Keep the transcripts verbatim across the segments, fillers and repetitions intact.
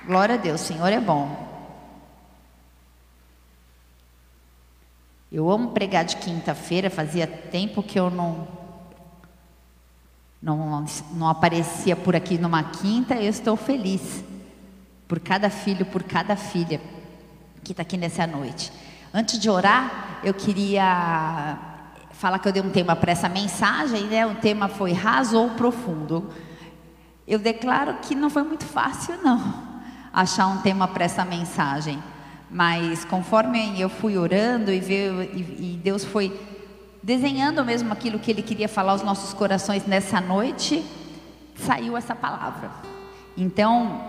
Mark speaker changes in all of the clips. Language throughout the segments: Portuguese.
Speaker 1: Glória a Deus, o Senhor é bom. Eu amo pregar de quinta-feira, fazia tempo que eu não, não, não aparecia por aqui numa quinta. Eu estou feliz por cada filho, por cada filha que está aqui nessa noite. Antes de orar, eu queria falar que eu dei um tema para essa mensagem, né? O tema foi raso ou profundo. Eu declaro que não foi muito fácil não, achar um tema para essa mensagem. Mas conforme eu fui orando e, veio, e, e Deus foi desenhando mesmo aquilo que Ele queria falar aos nossos corações nessa noite, saiu essa palavra. Então,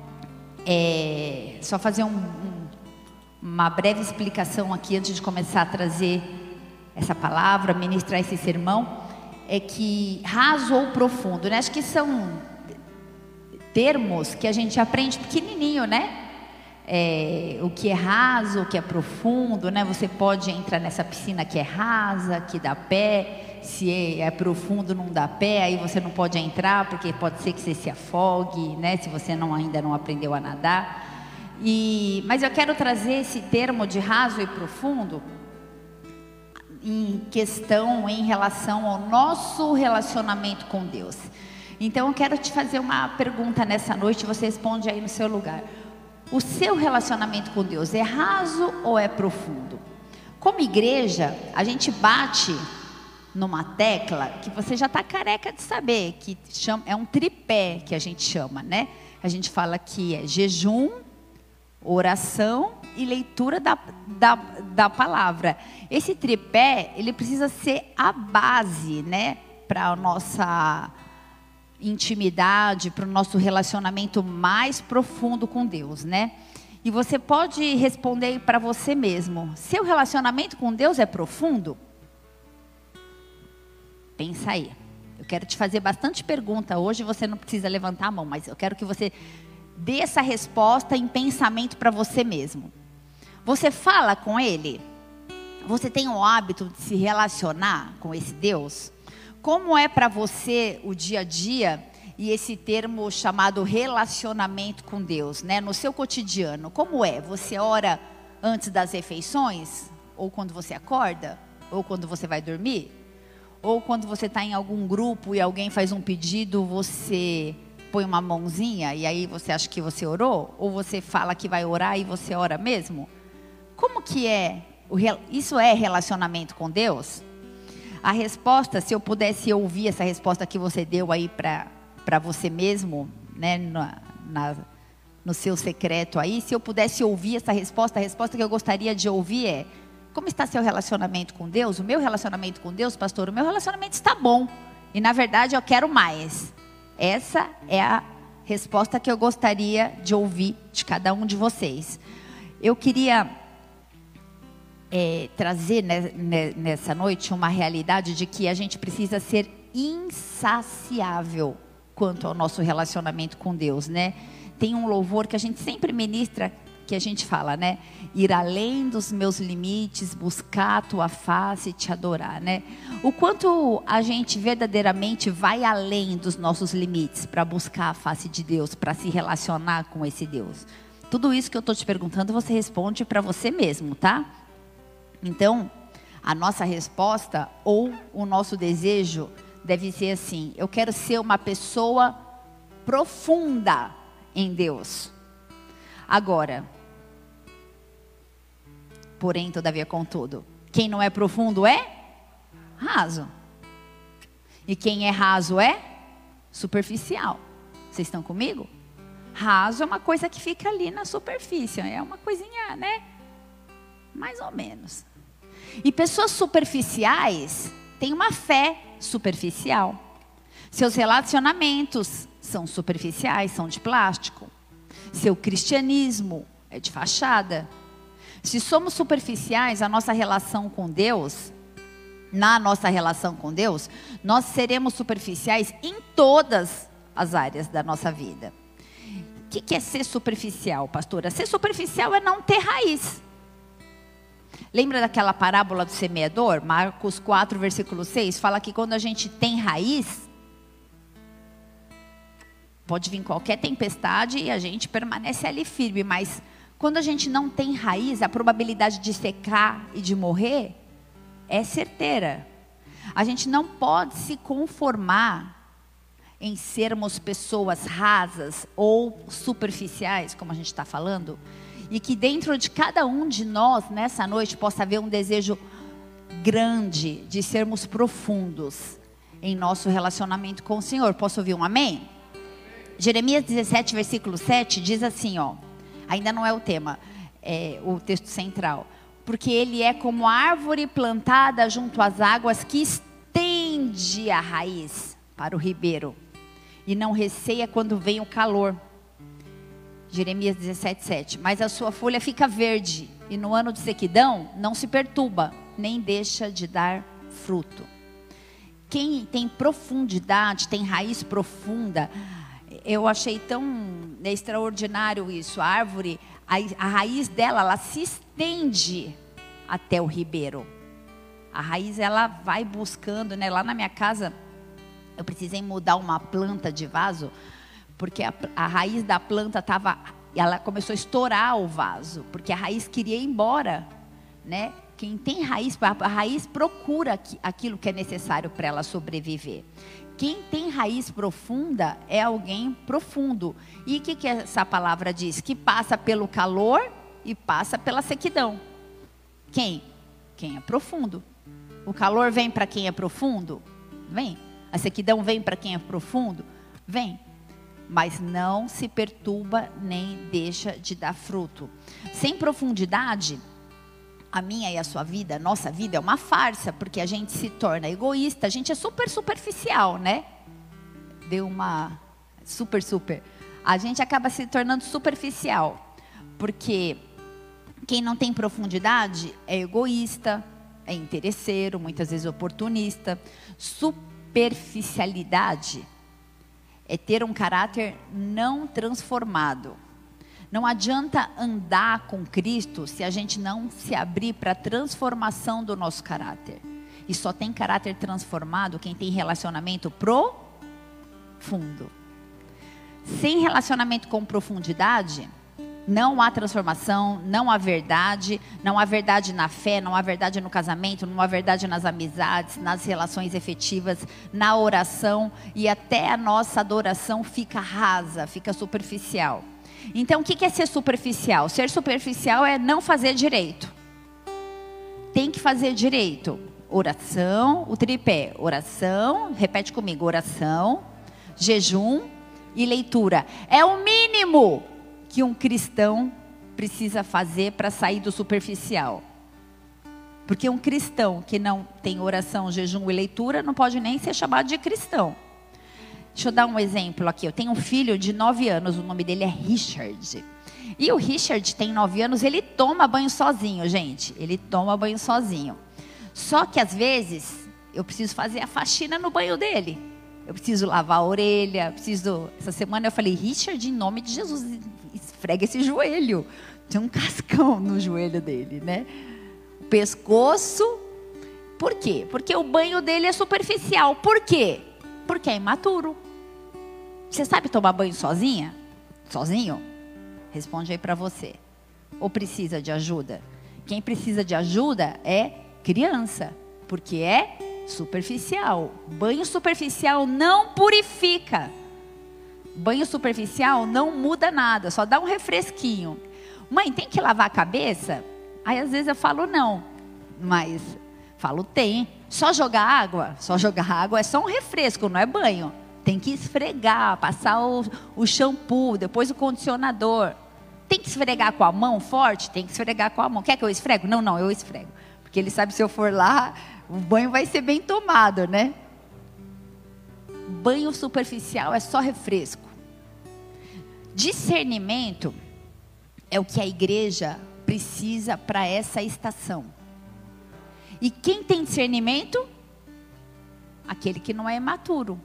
Speaker 1: é, só fazer um, um, uma breve explicação aqui antes de começar a trazer essa palavra, ministrar esse sermão. É que raso ou profundo, né? Acho que são termos que a gente aprende pequenininho, né? É, o que é raso, o que é profundo, né? Você pode entrar nessa piscina que é rasa, que dá pé. Se é, é profundo, não dá pé, aí você não pode entrar, porque pode ser que você se afogue, né? Se você não, ainda não aprendeu a nadar. E, mas eu quero trazer esse termo de raso e profundo em questão, em relação ao nosso relacionamento com Deus. Então eu quero te fazer uma pergunta nessa noite, você responde aí no seu lugar. O seu relacionamento com Deus é raso ou é profundo? Como igreja, a gente bate numa tecla que você já está careca de saber, que chama, é um tripé que a gente chama, né? A gente fala que é jejum, oração e leitura da, da, da palavra. Esse tripé, ele precisa ser a base, né? Para a nossa intimidade, para o nosso relacionamento mais profundo com Deus, né? E você pode responder para você mesmo: seu relacionamento com Deus é profundo? Pensa aí. Eu quero te fazer bastante pergunta hoje, você não precisa levantar a mão, mas eu quero que você dê essa resposta em pensamento para você mesmo. Você fala com Ele? Você tem o hábito de se relacionar com esse Deus? Como é para você o dia a dia e esse termo chamado relacionamento com Deus, né? No seu cotidiano, como é? Você ora antes das refeições? Ou quando você acorda? Ou quando você vai dormir? Ou quando você está em algum grupo e alguém faz um pedido, você põe uma mãozinha e aí você acha que você orou? Ou você fala que vai orar e você ora mesmo? Como que é? Isso é relacionamento com Deus? A resposta, se eu pudesse ouvir essa resposta que você deu aí para para você mesmo, né, na, na, no seu secreto aí, se eu pudesse ouvir essa resposta, a resposta que eu gostaria de ouvir é: como está seu relacionamento com Deus? O meu relacionamento com Deus, pastor, o meu relacionamento está bom. E na verdade eu quero mais. Essa é a resposta que eu gostaria de ouvir de cada um de vocês. Eu queria É, trazer nessa noite uma realidade de que a gente precisa ser insaciável quanto ao nosso relacionamento com Deus, né? Tem um louvor que a gente sempre ministra, que a gente fala, né? Ir além dos meus limites, buscar a tua face e te adorar, né? O quanto a gente verdadeiramente vai além dos nossos limites para buscar a face de Deus, para se relacionar com esse Deus. Tudo isso que eu estou te perguntando, você responde para você mesmo, tá? Então, a nossa resposta ou o nosso desejo deve ser assim: eu quero ser uma pessoa profunda em Deus. Agora, porém, todavia, contudo, quem não é profundo é raso. E quem é raso é superficial. Vocês estão comigo? Raso é uma coisa que fica ali na superfície, é uma coisinha, né? Mais ou menos. E pessoas superficiais têm uma fé superficial. Seus relacionamentos são superficiais, são de plástico. Seu cristianismo é de fachada. Se somos superficiais, a nossa relação com Deus, na nossa relação com Deus, nós seremos superficiais em todas as áreas da nossa vida. O que, que é ser superficial, pastora? Ser superficial é não ter raiz. Lembra daquela parábola do semeador? Marcos quatro, versículo seis, fala que quando a gente tem raiz, Pode vir qualquer tempestade e a gente permanece ali firme, mas quando a gente não tem raiz, a probabilidade de secar e de morrer é certeira. A gente não pode se conformar em sermos pessoas rasas ou superficiais, como a gente está falando, e que dentro de cada um de nós, nessa noite, possa haver um desejo grande de sermos profundos em nosso relacionamento com o Senhor. Posso ouvir um amém? Jeremias dezessete, versículo sete, diz assim, ó, ainda não é o tema, é o texto central. Porque ele é como árvore plantada junto às águas, que estende a raiz para o ribeiro, e não receia quando vem o calor. Jeremias dezessete, sete. Mas a sua folha fica verde, e no ano de sequidão não se perturba, nem deixa de dar fruto. Quem tem profundidade, tem raiz profunda, eu achei tão extraordinário isso. A árvore, a, a raiz dela, ela se estende até o ribeiro. A raiz, ela vai buscando, né? Lá na minha casa, eu precisei mudar uma planta de vaso, porque a, a raiz da planta estava, ela começou a estourar o vaso, porque a raiz queria ir embora, né? Quem tem raiz, a raiz procura aquilo que é necessário para ela sobreviver. Quem tem raiz profunda é alguém profundo. E o que, que essa palavra diz? Que passa pelo calor e passa pela sequidão. Quem? Quem é profundo. O calor vem para quem é profundo? Vem. A sequidão vem para quem é profundo? Vem. Mas não se perturba nem deixa de dar fruto. Sem profundidade, a minha e a sua vida, a nossa vida é uma farsa, porque a gente se torna egoísta, a gente é super superficial, né? Deu uma super, super. A gente acaba se tornando superficial, porque quem não tem profundidade é egoísta, é interesseiro, muitas vezes oportunista. Superficialidade é ter um caráter não transformado. Não adianta andar com Cristo se a gente não se abrir para a transformação do nosso caráter. E só tem caráter transformado quem tem relacionamento profundo. Sem relacionamento com profundidade, não há transformação, não há verdade, não há verdade na fé, não há verdade no casamento, não há verdade nas amizades, nas relações efetivas, na oração, e até a nossa adoração fica rasa, fica superficial. Então, o que é ser superficial? Ser superficial é não fazer direito. Tem que fazer direito. Oração, o tripé. Oração, repete comigo. Oração, jejum e leitura. É o mínimo que um cristão precisa fazer para sair do superficial. Porque um cristão que não tem oração, jejum e leitura não pode nem ser chamado de cristão. Deixa eu dar um exemplo aqui. Eu tenho um filho de nove anos, o nome dele é Richard. E o Richard tem nove anos, ele toma banho sozinho, gente. Ele toma banho sozinho. Só que às vezes, eu preciso fazer a faxina no banho dele. Eu preciso lavar a orelha, preciso... Essa semana eu falei, Richard, em nome de Jesus, esfrega esse joelho. Tem um cascão no joelho dele, né? O pescoço. Por quê? Porque o banho dele é superficial. Por quê? Porque é imaturo. Você sabe tomar banho sozinha? Sozinho? Responde aí para você. Ou precisa de ajuda? Quem precisa de ajuda é criança, porque é superficial. Banho superficial não purifica. Banho superficial não muda nada, só dá um refresquinho. Mãe, tem que lavar a cabeça? Aí às vezes eu falo não, mas falo tem. Só jogar água? Só jogar água é só um refresco, não é banho. Tem que esfregar, passar o, o shampoo, depois o condicionador. Tem que esfregar com a mão forte? Tem que esfregar com a mão. Quer que eu esfrego? Não, não, eu esfrego. Porque ele sabe, se eu for lá, o banho vai ser bem tomado, né? Banho superficial é só refresco. Discernimento é o que a igreja precisa para essa estação. E quem tem discernimento? Aquele que não é imaturo.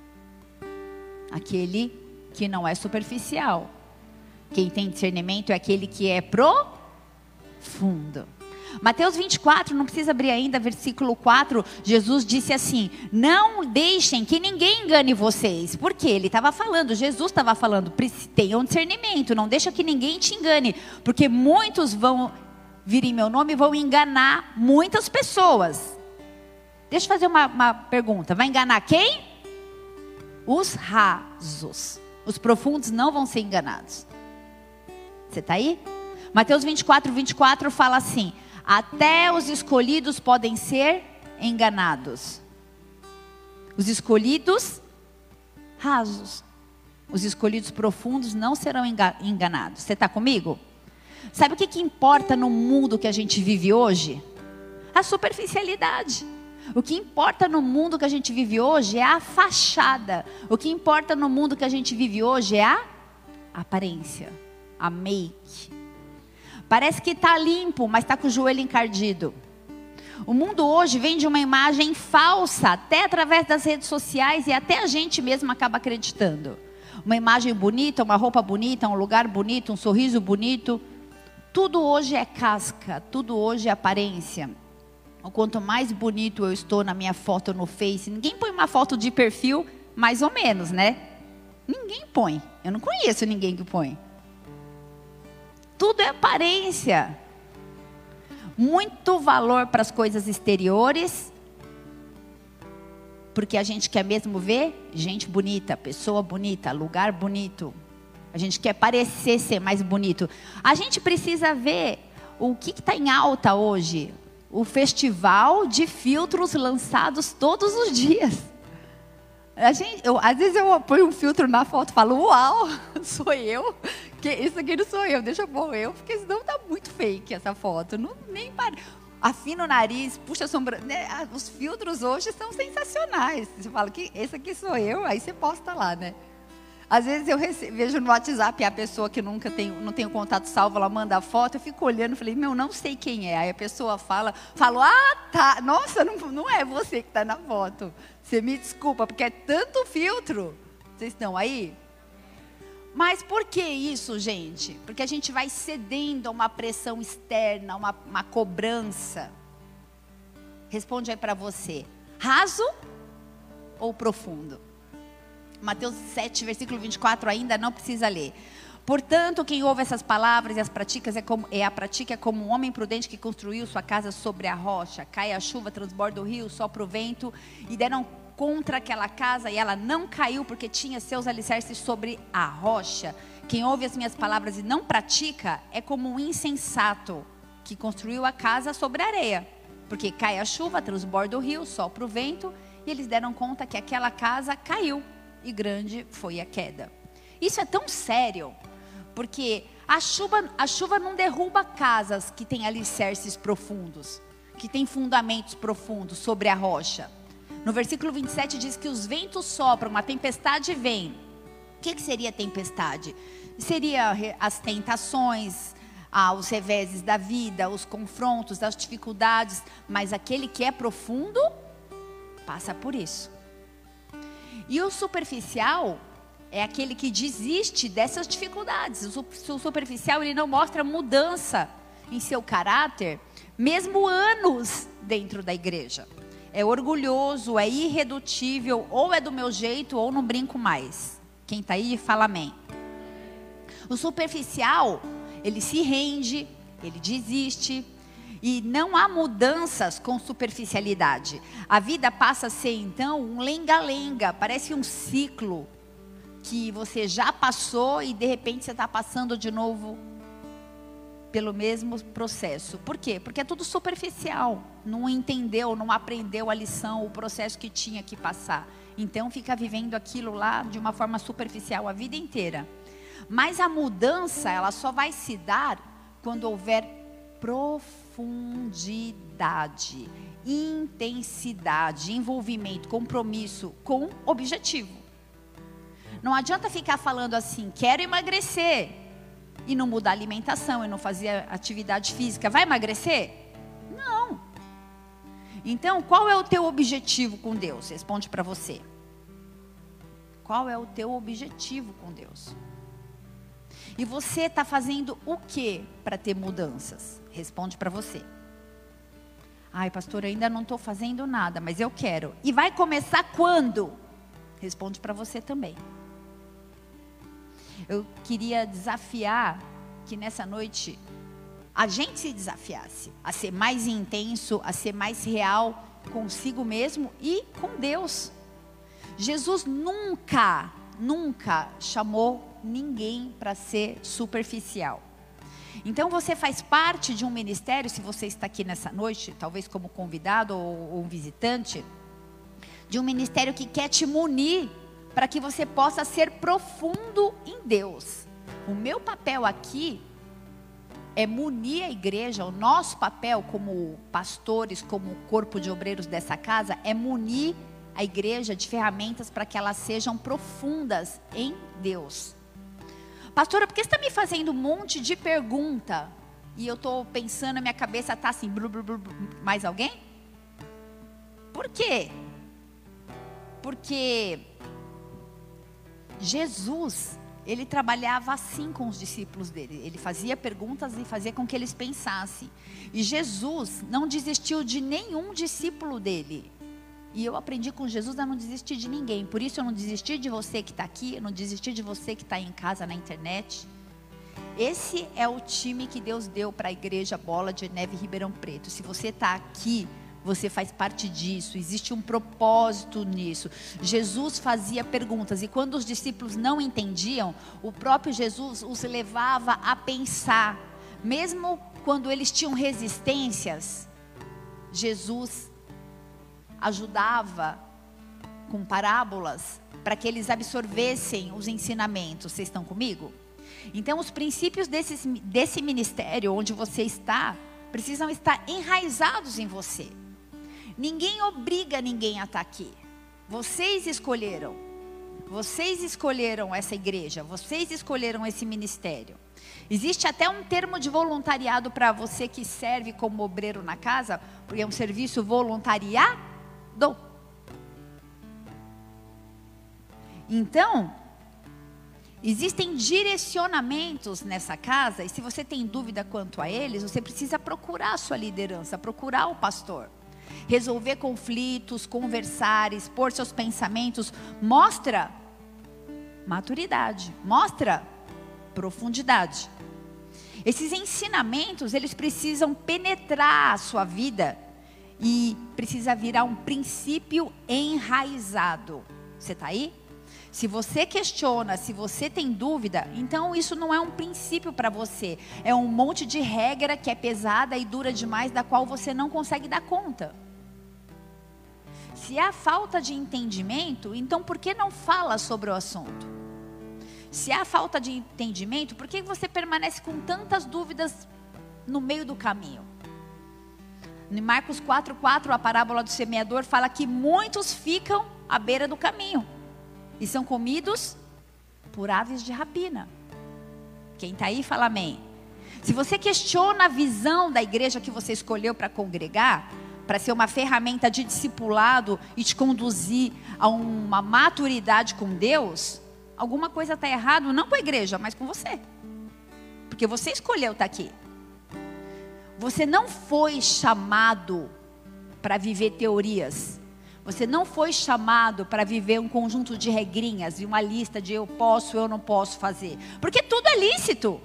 Speaker 1: Aquele que não é superficial. Quem tem discernimento é aquele que é profundo. Mateus vinte e quatro, não precisa abrir ainda, versículo quatro, Jesus disse assim: não deixem que ninguém engane vocês. Por quê? Ele estava falando, Jesus estava falando, tenham discernimento, não deixa que ninguém te engane, porque muitos vão vir em meu nome e vão enganar muitas pessoas. Deixa eu fazer uma, uma pergunta, vai enganar quem? Os rasos. Os profundos não vão ser enganados. Você está aí? Mateus vinte e quatro, vinte e quatro fala assim: até os escolhidos podem ser enganados. Os escolhidos rasos. Os escolhidos profundos não serão enganados. Você está comigo? Sabe o que, que importa no mundo que a gente vive hoje? A superficialidade. O que importa no mundo que a gente vive hoje é a fachada. O que importa no mundo que a gente vive hoje é a aparência, a make. Parece que está limpo, mas está com o joelho encardido. O mundo hoje vem de uma imagem falsa, até através das redes sociais, e até a gente mesmo acaba acreditando. Uma imagem bonita, uma roupa bonita, um lugar bonito, um sorriso bonito. Tudo hoje é casca, tudo hoje é aparência. O quanto mais bonito eu estou na minha foto no Face, ninguém põe uma foto de perfil, mais ou menos, né? Ninguém põe. Eu não conheço ninguém que põe. Tudo é aparência. Muito valor para as coisas exteriores, porque a gente quer mesmo ver gente bonita, pessoa bonita, lugar bonito. A gente quer parecer ser mais bonito. A gente precisa ver o que está em alta hoje. O festival de filtros lançados todos os dias. A gente, eu, às vezes eu ponho um filtro na foto e falo: uau, sou eu? Que isso aqui não sou eu, deixa eu pôr eu, porque senão tá muito fake essa foto. Não, nem para. Afina o nariz, puxa a sombra. Né? Os filtros hoje são sensacionais. Você fala que esse aqui sou eu, aí você posta lá, né? Às vezes eu rece- vejo no WhatsApp a pessoa que nunca tem, não tem o contato salvo, ela manda a foto, eu fico olhando, falei: meu, não sei quem é. Aí a pessoa fala, falo: ah, tá, nossa, não, não é você que está na foto. Você me desculpa, porque é tanto filtro. Vocês estão aí? Mas por que isso, gente? Porque a gente vai cedendo a uma pressão externa, uma, uma cobrança. Responde aí para você: raso ou profundo? Mateus sete, versículo vinte e quatro, ainda não precisa ler. Portanto, quem ouve essas palavras e as pratica é, como, é a prática é como um homem prudente que construiu sua casa sobre a rocha. Cai a chuva, transborda o rio, sopra o vento, e deram contra aquela casa, e ela não caiu, porque tinha seus alicerces sobre a rocha. Quem ouve as minhas palavras e não pratica é como um insensato que construiu a casa sobre a areia. Porque cai a chuva, transborda o rio, sopra o vento, e eles deram conta que aquela casa caiu. E grande foi a queda. Isso é tão sério, porque a chuva, a chuva não derruba casas que têm alicerces profundos, que têm fundamentos profundos sobre a rocha. No versículo vinte e sete diz que os ventos sopram, uma tempestade vem. O que, que seria tempestade? Seria as tentações, ah, os reveses da vida, os confrontos, as dificuldades. Mas aquele que é profundo, passa por isso. E o superficial é aquele que desiste dessas dificuldades. O superficial, ele não mostra mudança em seu caráter, mesmo anos dentro da igreja. É orgulhoso, é irredutível, ou é do meu jeito, ou não brinco mais. Quem está aí, fala amém. O superficial, ele se rende, ele desiste. E não há mudanças com superficialidade. A vida passa a ser então um lenga-lenga. Parece um ciclo que você já passou e de repente você está passando de novo pelo mesmo processo. Por quê? Porque é tudo superficial. Não entendeu, não aprendeu a lição, o processo que tinha que passar. Então fica vivendo aquilo lá de uma forma superficial a vida inteira. Mas a mudança, ela só vai se dar quando houver profundidade, intensidade, envolvimento, compromisso com objetivo. Não adianta ficar falando assim: quero emagrecer, e não mudar a alimentação, e não fazer atividade física. Vai emagrecer? Não. Então, qual é o teu objetivo com Deus? Responde para você. Qual é o teu objetivo com Deus? E você está fazendo o que para ter mudanças? Responde para você. Ai, pastor, ainda não estou fazendo nada, mas eu quero. E vai começar quando? Responde para você também. Eu queria desafiar que nessa noite a gente se desafiasse a ser mais intenso, a ser mais real consigo mesmo e com Deus. Jesus nunca, nunca chamou ninguém para ser superficial. Então você faz parte de um ministério, se você está aqui nessa noite, talvez como convidado ou, ou um visitante, de um ministério que quer te munir para que você possa ser profundo em Deus. O meu papel aqui é munir a igreja, o nosso papel como pastores, como corpo de obreiros dessa casa, é munir a igreja de ferramentas para que elas sejam profundas em Deus. Pastora, por que você está me fazendo um monte de pergunta? E eu estou pensando, a minha cabeça está assim, blu, blu, blu, blu. Mais alguém? Por quê? Porque Jesus, ele trabalhava assim com os discípulos dele. Ele fazia perguntas e fazia com que eles pensassem. E Jesus não desistiu de nenhum discípulo dele. E eu aprendi com Jesus a não desistir de ninguém. Por isso eu não desisti de você que está aqui, eu não desisti de você que está em casa, na internet. Esse é o time que Deus deu para a igreja Bola de Neve Ribeirão Preto. Se você está aqui, você faz parte disso, existe um propósito nisso. Jesus fazia perguntas e quando os discípulos não entendiam, o próprio Jesus os levava a pensar. Mesmo quando eles tinham resistências, Jesus ajudava com parábolas para que eles absorvessem os ensinamentos. Vocês estão comigo? Então os princípios desse, desse ministério onde você está, precisam estar enraizados em você. Ninguém obriga ninguém a estar aqui. Vocês escolheram. Vocês escolheram essa igreja. Vocês escolheram esse ministério. Existe até um termo de voluntariado para você que serve como obreiro na casa, porque é um serviço voluntariado. Então, existem direcionamentos nessa casa, e se você tem dúvida quanto a eles, você precisa procurar a sua liderança, procurar o pastor. Resolver conflitos, conversar, expor seus pensamentos, mostra maturidade, mostra profundidade. Esses ensinamentos, eles precisam penetrar a sua vida e precisa virar um princípio enraizado. Você está aí? Se você questiona, se você tem dúvida, então isso não é um princípio para você. É um monte de regra que é pesada e dura demais, da qual você não consegue dar conta. Se há falta de entendimento, então por que não fala sobre o assunto? Se há falta de entendimento, por que você permanece com tantas dúvidas no meio do caminho? Em Marcos quatro, quatro, a parábola do semeador fala que muitos ficam à beira do caminho e são comidos por aves de rapina. Quem está aí fala amém. Se você questiona a visão da igreja que você escolheu para congregar, para ser uma ferramenta de discipulado e te conduzir a uma maturidade com Deus, alguma coisa está errada, não com a igreja, mas com você. Porque você escolheu estar aqui. Você não foi chamado para viver teorias. Você não foi chamado para viver um conjunto de regrinhas e uma lista de eu posso, eu não posso fazer. Porque tudo é lícito.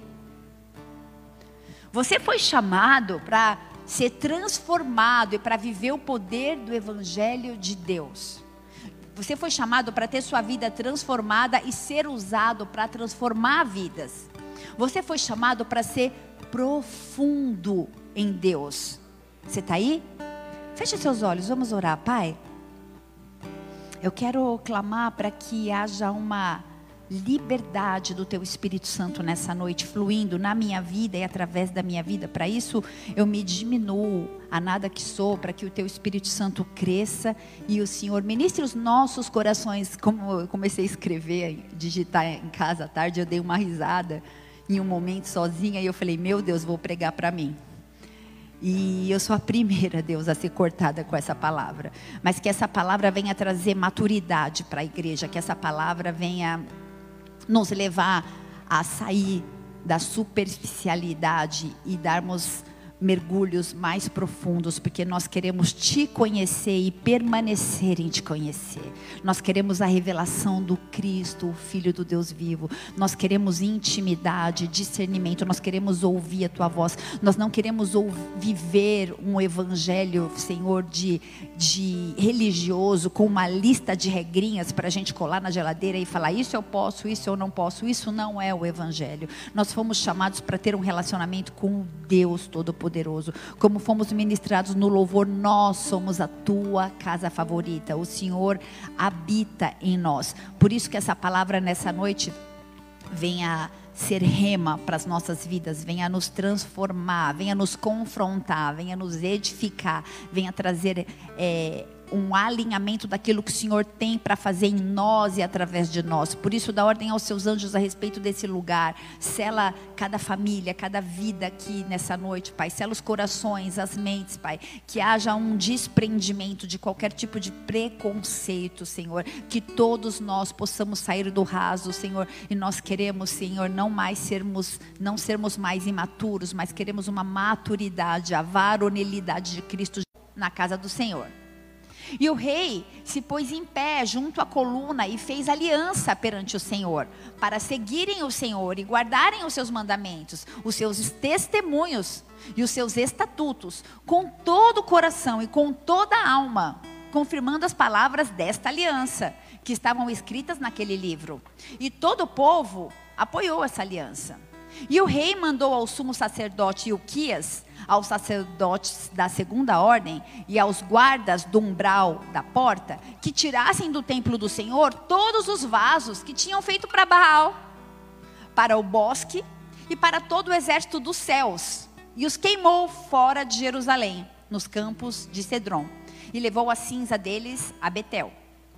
Speaker 1: Você foi chamado para ser transformado e para viver o poder do Evangelho de Deus. Você foi chamado para ter sua vida transformada e ser usado para transformar vidas. Você foi chamado para ser profundo em Deus. Você está aí? Feche seus olhos, vamos orar. Pai, eu quero clamar para que haja uma liberdade do Teu Espírito Santo nessa noite, fluindo na minha vida e através da minha vida. Para isso eu me diminuo a nada que sou, para que o Teu Espírito Santo cresça e o Senhor ministre os nossos corações. Como eu comecei a escrever, digitar em casa à tarde, eu dei uma risada em um momento sozinha e eu falei, meu Deus, vou pregar para mim. E eu sou a primeira, Deus, a ser cortada com essa palavra. Mas que essa palavra venha trazer maturidade para a igreja, que essa palavra venha nos levar a sair da superficialidade e darmos mergulhos mais profundos, porque nós queremos te conhecer e permanecer em te conhecer. Nós queremos a revelação do Cristo, o Filho do Deus vivo. Nós queremos intimidade, discernimento. Nós queremos ouvir a tua voz. Nós não queremos ouvir, viver um evangelho, Senhor, de, de religioso, com uma lista de regrinhas para a gente colar na geladeira e falar: isso eu posso, isso eu não posso. Isso não é o evangelho. Nós fomos chamados para ter um relacionamento com o Deus Todo-Poderoso. Como fomos ministrados no louvor, nós somos a tua casa favorita. O Senhor habita em nós. Por isso que essa palavra nessa noite venha ser rema para as nossas vidas, venha nos transformar, venha nos confrontar, venha nos edificar, venha trazer é, um alinhamento daquilo que o Senhor tem para fazer em nós e através de nós. Por isso dá ordem aos seus anjos a respeito desse lugar, sela cada família, cada vida aqui nessa noite, Pai, sela os corações, as mentes, Pai, que haja um desprendimento de qualquer tipo de preconceito, Senhor, que todos nós possamos sair do raso, Senhor, e nós queremos, Senhor, não mais sermos, não sermos mais imaturos, mas queremos uma maturidade, a varonilidade de Cristo na casa do Senhor. E o rei se pôs em pé junto à coluna e fez aliança perante o Senhor, para seguirem o Senhor e guardarem os seus mandamentos, os seus testemunhos e os seus estatutos, com todo o coração e com toda a alma, confirmando as palavras desta aliança, que estavam escritas naquele livro. E todo o povo apoiou essa aliança. E o rei mandou ao sumo sacerdote Ilquias, aos sacerdotes da segunda ordem e aos guardas do umbral da porta, que tirassem do templo do Senhor todos os vasos que tinham feito para Baal, para o bosque e para todo o exército dos céus, e os queimou fora de Jerusalém, nos campos de Cedron, e levou a cinza deles a Betel.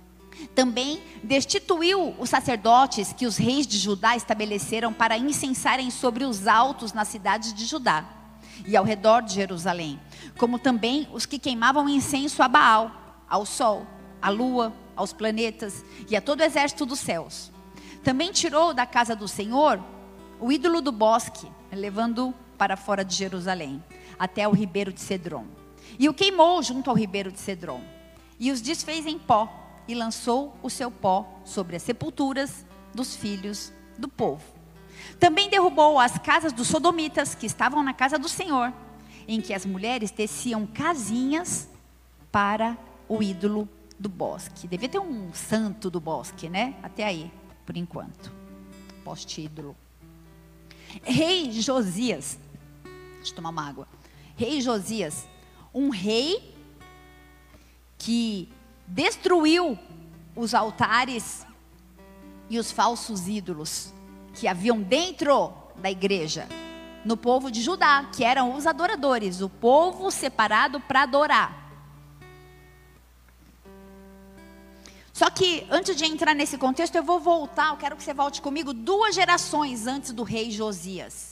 Speaker 1: Também destituiu os sacerdotes que os reis de Judá estabeleceram para incensarem sobre os altos nas cidades de Judá e ao redor de Jerusalém, como também os que queimavam incenso a Baal, ao sol, à lua, aos planetas e a todo o exército dos céus. Também tirou da casa do Senhor o ídolo do bosque, levando-o para fora de Jerusalém, até o ribeiro de Cedron, e o queimou junto ao ribeiro de Cedron, e os desfez em pó, e lançou o seu pó sobre as sepulturas dos filhos do povo. Também derrubou as casas dos sodomitas que estavam na casa do Senhor, em que as mulheres teciam casinhas para o ídolo do bosque. Devia ter um santo do bosque, né? Até aí, por enquanto. Poste-ídolo. Rei Josias, deixa eu tomar uma água. Rei Josias, um rei que destruiu os altares e os falsos ídolos que haviam dentro da igreja, no povo de Judá, que eram os adoradores, o povo separado para adorar. Só que antes de entrar nesse contexto, eu vou voltar, eu quero que você volte comigo duas gerações antes do rei Josias.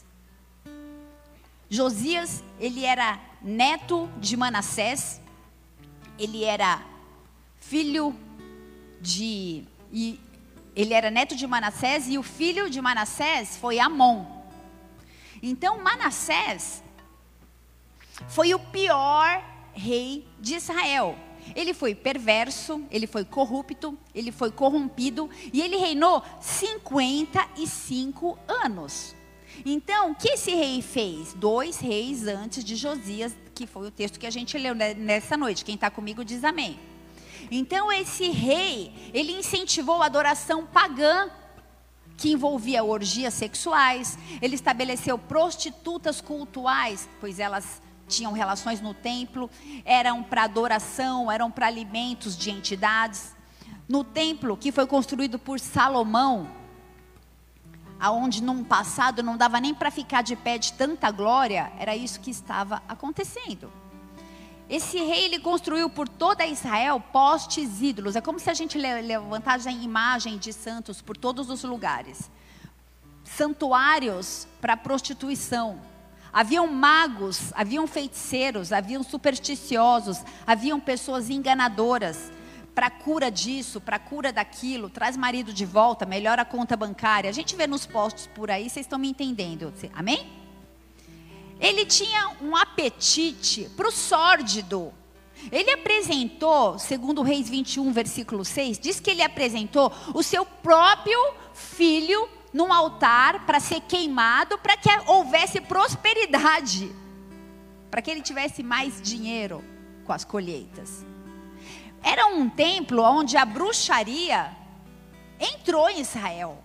Speaker 1: Josias, ele era neto de Manassés, ele era filho de, e ele era neto de Manassés, e o filho de Manassés foi Amon. Então Manassés foi o pior rei de Israel. Ele foi perverso, ele foi corrupto, ele foi corrompido, e ele reinou cinquenta e cinco anos. Então, o que esse rei fez? Dois reis antes de Josias, que foi o texto que a gente leu nessa noite. Quem está comigo diz amém. Então esse rei, ele incentivou a adoração pagã, que envolvia orgias sexuais. Ele estabeleceu prostitutas cultuais, pois elas tinham relações no templo, eram para adoração, eram para alimentos de entidades. No templo que foi construído por Salomão, aonde num passado não dava nem para ficar de pé de tanta glória, era isso que estava acontecendo. Esse rei, ele construiu por toda Israel postes ídolos. É como se a gente levantasse a imagem de santos por todos os lugares. Santuários para prostituição. Haviam magos, haviam feiticeiros, haviam supersticiosos, haviam pessoas enganadoras para cura disso, para cura daquilo. Traz marido de volta, melhora a conta bancária. A gente vê nos postes por aí, vocês estão me entendendo, amém? ele tinha um apetite para o sórdido. Ele apresentou, segundo Reis vinte e um, versículo seis, diz que ele apresentou o seu próprio filho num altar para ser queimado, para que houvesse prosperidade, para que ele tivesse mais dinheiro com as colheitas. Era um templo onde a bruxaria entrou em Israel.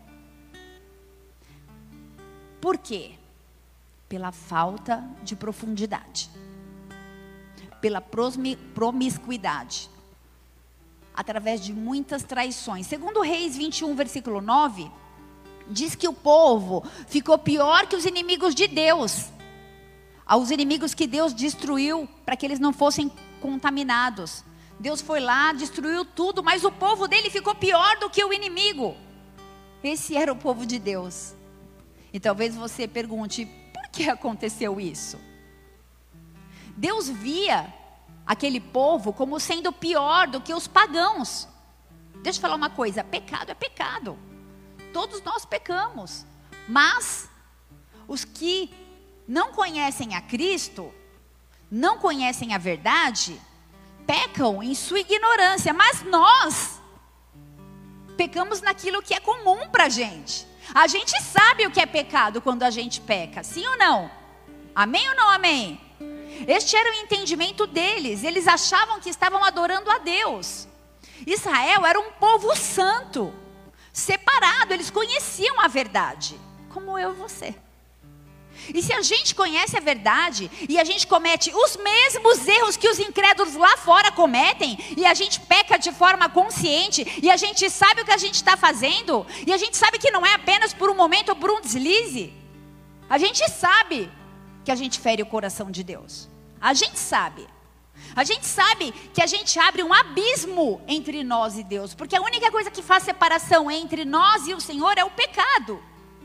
Speaker 1: Por quê? Pela falta de profundidade, pela promiscuidade, através de muitas traições. Segundo Reis vinte e um, versículo nove, diz que o povo ficou pior que os inimigos de Deus, aos inimigos que Deus destruiu para que eles não fossem contaminados. Deus foi lá, destruiu tudo, mas o povo dele ficou pior do que o inimigo. Esse era o povo de Deus. E talvez você pergunte, por que aconteceu isso? Deus via aquele povo como sendo pior do que os pagãos. Deixa eu falar uma coisa, pecado é pecado. Todos nós pecamos. Mas os que não conhecem a Cristo, não conhecem a verdade, pecam em sua ignorância. Mas nós pecamos naquilo que é comum para a gente. A gente sabe o que é pecado quando a gente peca, sim ou não? Amém ou não amém? Este era o entendimento deles. Eles achavam que estavam adorando a Deus. Israel era um povo santo, separado. Eles conheciam a verdade, como eu e você. E se a gente conhece a verdade e a gente comete os mesmos erros que os incrédulos lá fora cometem, e a gente peca de forma consciente, e a gente sabe o que a gente está fazendo, e a gente sabe que não é apenas por um momento ou por um deslize, a gente sabe que a gente fere o coração de Deus. A gente sabe. A gente sabe que a gente abre um abismo entre nós e Deus, porque a única coisa que faz separação entre nós e o Senhor é o pecado.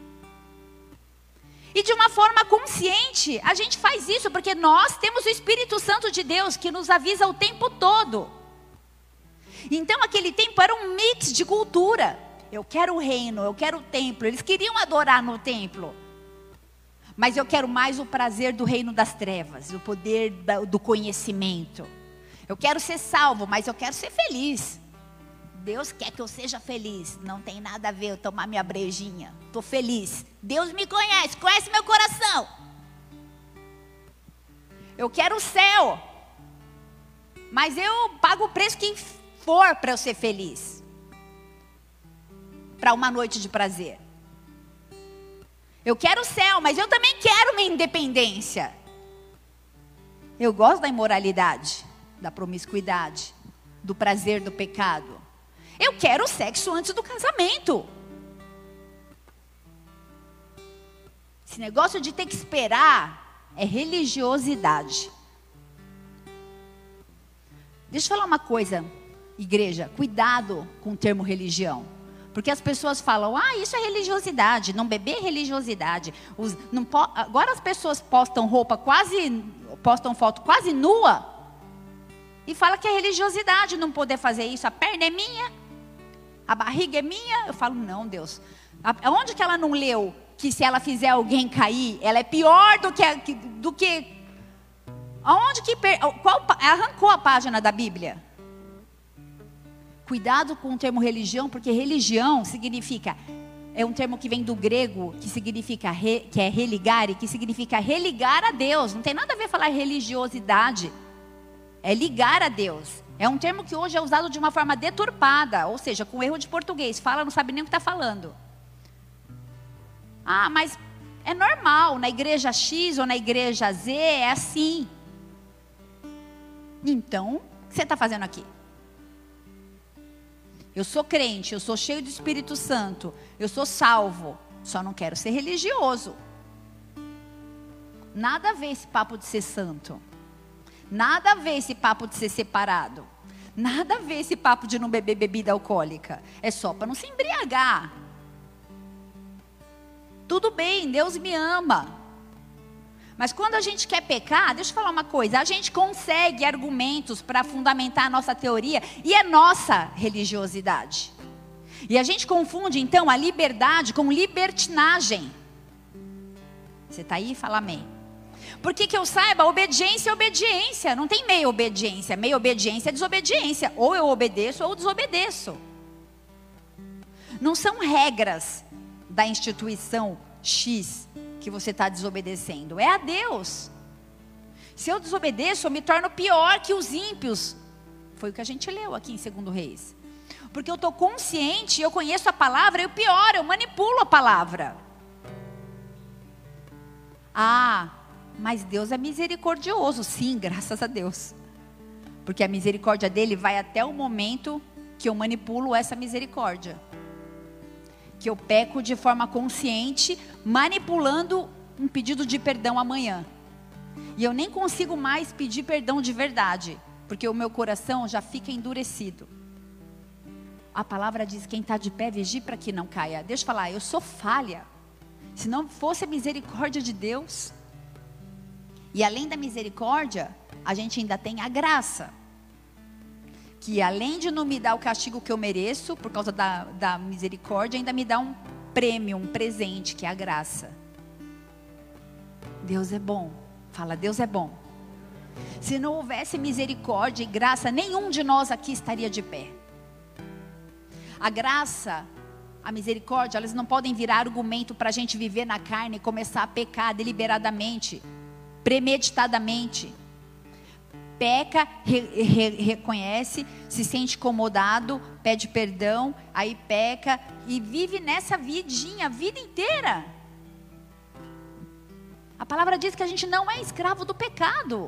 Speaker 1: E de uma forma consciente, a gente faz isso, porque nós temos o Espírito Santo de Deus, que nos avisa o tempo todo. Então aquele tempo era um mix de cultura. Eu quero o reino, eu quero o templo. Eles queriam adorar no templo. Mas eu quero mais o prazer do reino das trevas, o poder do conhecimento. Eu quero ser salvo, mas eu quero ser feliz. Deus quer que eu seja feliz. Não tem nada a ver eu tomar minha brejinha. Estou feliz. Deus me conhece, conhece meu coração. Eu quero o céu. Mas eu pago o preço que for para eu ser feliz. Para uma noite de prazer. Eu quero o céu, mas eu também quero minha independência. Eu gosto da imoralidade, da promiscuidade, do prazer do pecado. Eu quero o sexo antes do casamento. Esse negócio de ter que esperar é religiosidade. Deixa eu falar uma coisa, igreja, cuidado com o termo religião. Porque as pessoas falam, ah, isso é religiosidade, não beber é religiosidade. Os, não po, agora as pessoas postam roupa quase, postam foto quase nua, e fala que é religiosidade não poder fazer isso. A perna é minha, a barriga é minha. Eu falo, não, Deus, aonde que ela não leu que se ela fizer alguém cair, ela é pior do que, do que aonde que, qual, arrancou a página da Bíblia? Cuidado com o termo religião, porque religião significa, é um termo que vem do grego, que significa, re, que é religare, que significa religar a Deus. Não tem nada a ver falar religiosidade, é ligar a Deus. É um termo que hoje é usado de uma forma deturpada, ou seja, com erro de português, fala, não sabe nem o que está falando. Ah, mas é normal, na igreja X ou na igreja Z é assim. Então, o que você está fazendo aqui? Eu sou crente, eu sou cheio do Espírito Santo, eu sou salvo, só não quero ser religioso. Nada a ver esse papo de ser santo. Nada a ver esse papo de ser separado. Nada a ver esse papo de não beber bebida alcoólica. É só para não se embriagar. Tudo bem, Deus me ama. Mas quando a gente quer pecar, deixa eu falar uma coisa, a gente consegue argumentos para fundamentar a nossa teoria e a nossa religiosidade. E a gente confunde então a liberdade com libertinagem. Você está aí? Fala amém.
Speaker 2: Porque que eu saiba, obediência é obediência. Não tem meia obediência. Meia obediência é desobediência. Ou eu obedeço ou eu desobedeço. Não são regras da instituição X que você está desobedecendo. É a Deus. Se eu desobedeço, eu me torno pior que os ímpios. Foi o que a gente leu aqui em Segundo Reis. Porque eu estou consciente, eu conheço a palavra, e o pior, eu manipulo a palavra. Ah, mas Deus é misericordioso. Sim, graças a Deus. Porque a misericórdia dele vai até o momento que eu manipulo essa misericórdia. Que eu peco de forma consciente, manipulando um pedido de perdão amanhã. E eu nem consigo mais pedir perdão de verdade, porque o meu coração já fica endurecido. A palavra diz: quem está de pé, vigie para que não caia. Deixa eu falar, eu sou falha. Se não fosse a misericórdia de Deus. E além da misericórdia, a gente ainda tem a graça. Que além de não me dar o castigo que eu mereço, por causa da, da misericórdia, ainda me dá um prêmio, um presente, que é a graça. Deus é bom. Fala, Deus é bom. Se não houvesse misericórdia e graça, nenhum de nós aqui estaria de pé. A graça, a misericórdia, elas não podem virar argumento para a gente viver na carne e começar a pecar deliberadamente, premeditadamente. Peca, re, re, reconhece, se sente incomodado, pede perdão, aí peca e vive nessa vidinha a vida inteira. A palavra diz que a gente não é escravo do pecado.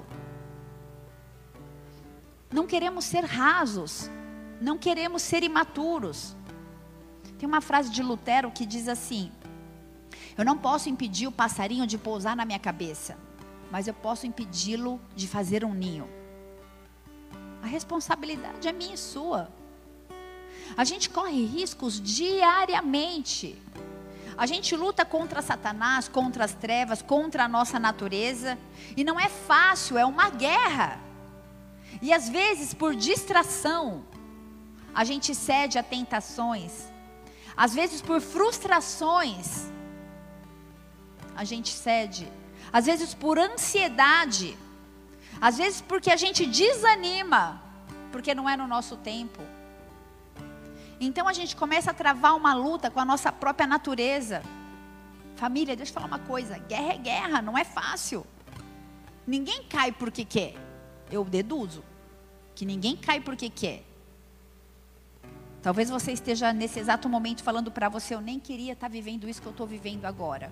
Speaker 2: Não queremos ser rasos, não queremos ser imaturos. Tem uma frase de Lutero que diz assim: eu não posso impedir o passarinho de pousar na minha cabeça, mas eu posso impedi-lo de fazer um ninho. A responsabilidade é minha e sua. A gente corre riscos diariamente. A gente luta contra Satanás, contra as trevas, contra a nossa natureza. E não é fácil, é uma guerra. E às vezes, por distração, a gente cede a tentações. Às vezes, por frustrações, a gente cede. Às vezes, por ansiedade. Às vezes, porque a gente desanima, porque não é no nosso tempo. Então a gente começa a travar uma luta com a nossa própria natureza. Família, deixa eu falar uma coisa: guerra é guerra, não é fácil. Ninguém cai porque quer. Eu deduzo que ninguém cai porque quer. Talvez você esteja nesse exato momento falando para você: eu nem queria estar vivendo isso que eu estou vivendo agora.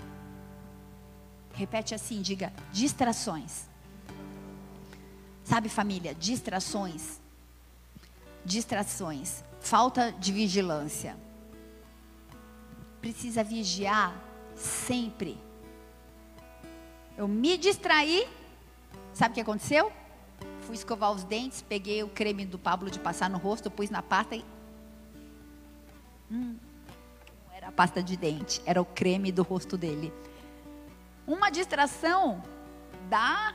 Speaker 2: Repete assim, diga: distrações. Sabe, família, distrações. Distrações. Falta de vigilância. Precisa vigiar sempre. Eu me distraí. Sabe o que aconteceu? Fui escovar os dentes, peguei o creme do Pablo de passar no rosto, pus na pasta e... Hum, não era a pasta de dente, era o creme do rosto dele. Uma distração dá...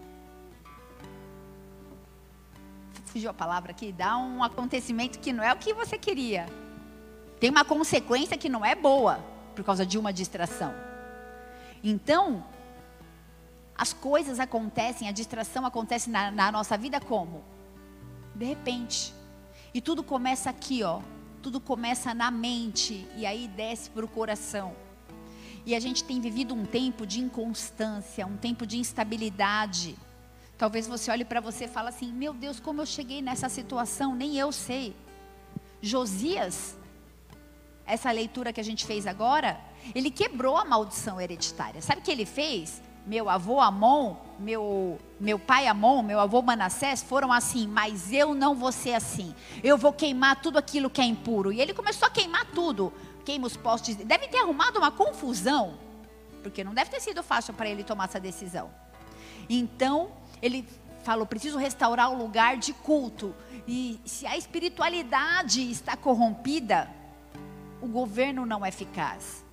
Speaker 2: Fugiu a palavra aqui, dá um acontecimento que não é o que você queria. Tem uma consequência que não é boa, por causa de uma distração. Então, as coisas acontecem, a distração acontece na, na nossa vida como? De repente. E tudo começa aqui, ó. Tudo começa na mente e aí desce para o coração. E a gente tem vivido um tempo de inconstância, um tempo de instabilidade. Talvez você olhe para você e fale assim: meu Deus, como eu cheguei nessa situação, nem eu sei. Josias, essa leitura que a gente fez agora, ele quebrou a maldição hereditária. Sabe o que ele fez? Meu avô Amon, meu, meu pai Amon, meu avô Manassés foram assim: mas eu não vou ser assim. Eu vou queimar tudo aquilo que é impuro. E ele começou a queimar tudo. Queima os postes. Deve ter arrumado uma confusão, porque não deve ter sido fácil para ele tomar essa decisão. Então, ele falou: preciso restaurar o lugar de culto. E se a espiritualidade está corrompida, o governo não é eficaz.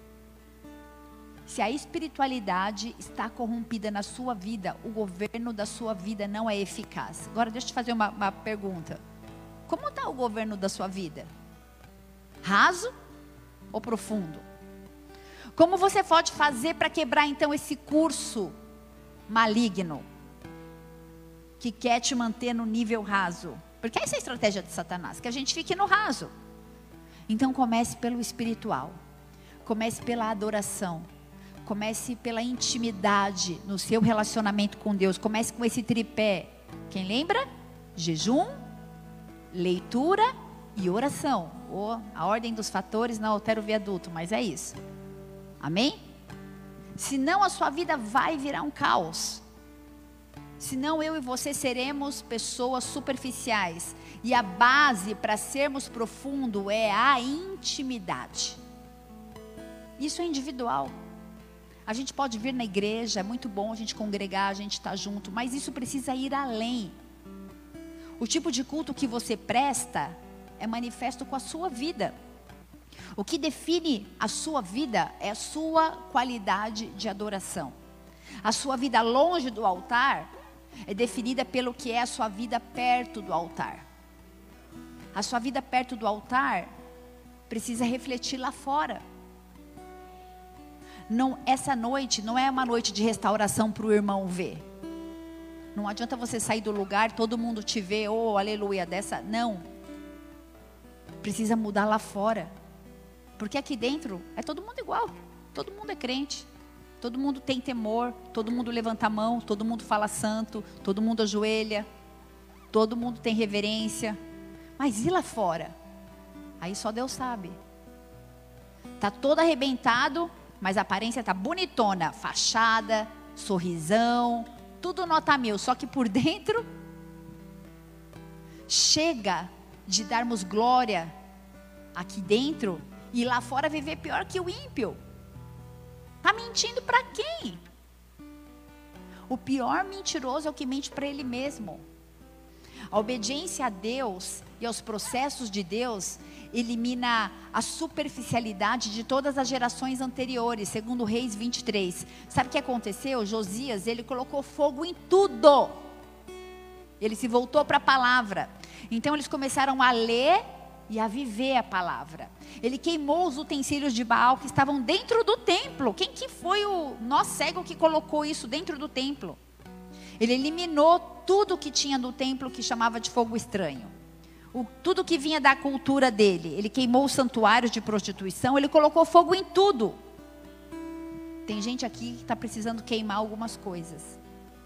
Speaker 2: Se a espiritualidade está corrompida na sua vida, o governo da sua vida não é eficaz. Agora deixa eu te fazer uma, uma pergunta. Como está o governo da sua vida? Raso ou profundo? Como você pode fazer para quebrar então esse curso maligno que quer te manter no nível raso? Porque essa é a estratégia de Satanás, que a gente fique no raso. Então comece pelo espiritual, comece pela adoração, comece pela intimidade no seu relacionamento com Deus. Comece com esse tripé. Quem lembra? Jejum, leitura e oração. Ou a ordem dos fatores não altera o viaduto, mas é isso. Amém? Senão a sua vida vai virar um caos. Senão eu e você seremos pessoas superficiais. E a base para sermos profundo é a intimidade. Isso é individual. A gente pode vir na igreja, é muito bom a gente congregar, a gente estar junto, mas isso precisa ir além. O tipo de culto que você presta é manifesto com a sua vida. O que define a sua vida é a sua qualidade de adoração. A sua vida longe do altar é definida pelo que é a sua vida perto do altar. A sua vida perto do altar precisa refletir lá fora. Não, essa noite não é uma noite de restauração para o irmão ver. Não adianta você sair do lugar, todo mundo te vê, oh, aleluia, dessa. Não. Precisa mudar lá fora. Porque aqui dentro é todo mundo igual. Todo mundo é crente. Todo mundo tem temor. Todo mundo levanta a mão. Todo mundo fala santo. Todo mundo ajoelha. Todo mundo tem reverência. Mas e lá fora? Aí só Deus sabe. Está todo arrebentado, mas a aparência está bonitona. Fachada, sorrisão, tudo nota mil. Só que por dentro, chega de darmos glória aqui dentro e lá fora viver pior que o ímpio. Está mentindo para quem? O pior mentiroso é o que mente para ele mesmo. A obediência a Deus e aos processos de Deus elimina a superficialidade de todas as gerações anteriores, segundo Reis vinte e três. Sabe o que aconteceu? Josias, ele colocou fogo em tudo. Ele se voltou para a palavra. Então eles começaram a ler e a viver a palavra. Ele queimou os utensílios de Baal que estavam dentro do templo. Quem que foi o nó cego que colocou isso dentro do templo? Ele eliminou tudo que tinha no templo que chamava de fogo estranho. O, tudo que vinha da cultura dele. Ele queimou os santuários de prostituição. Ele colocou fogo em tudo. Tem gente aqui que está precisando queimar algumas coisas.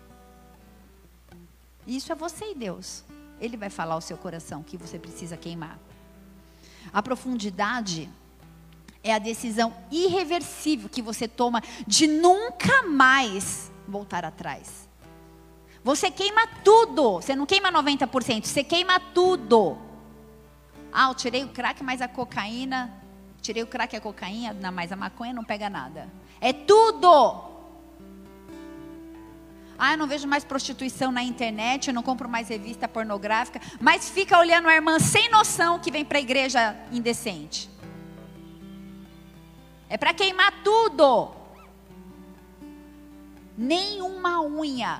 Speaker 2: Isso é você e Deus. Ele vai falar ao seu coração que você precisa queimar. A profundidade é a decisão irreversível que você toma de nunca mais voltar atrás. Você queima tudo. Você não queima noventa por cento, você queima tudo. Ah, eu tirei o crack, mas a cocaína. Tirei o crack e a cocaína, não, mas a maconha não pega nada. É tudo. Ah, eu não vejo mais prostituição na internet, eu não compro mais revista pornográfica. Mas fica olhando a irmã sem noção que vem para a igreja indecente. É para queimar tudo. Nenhuma unha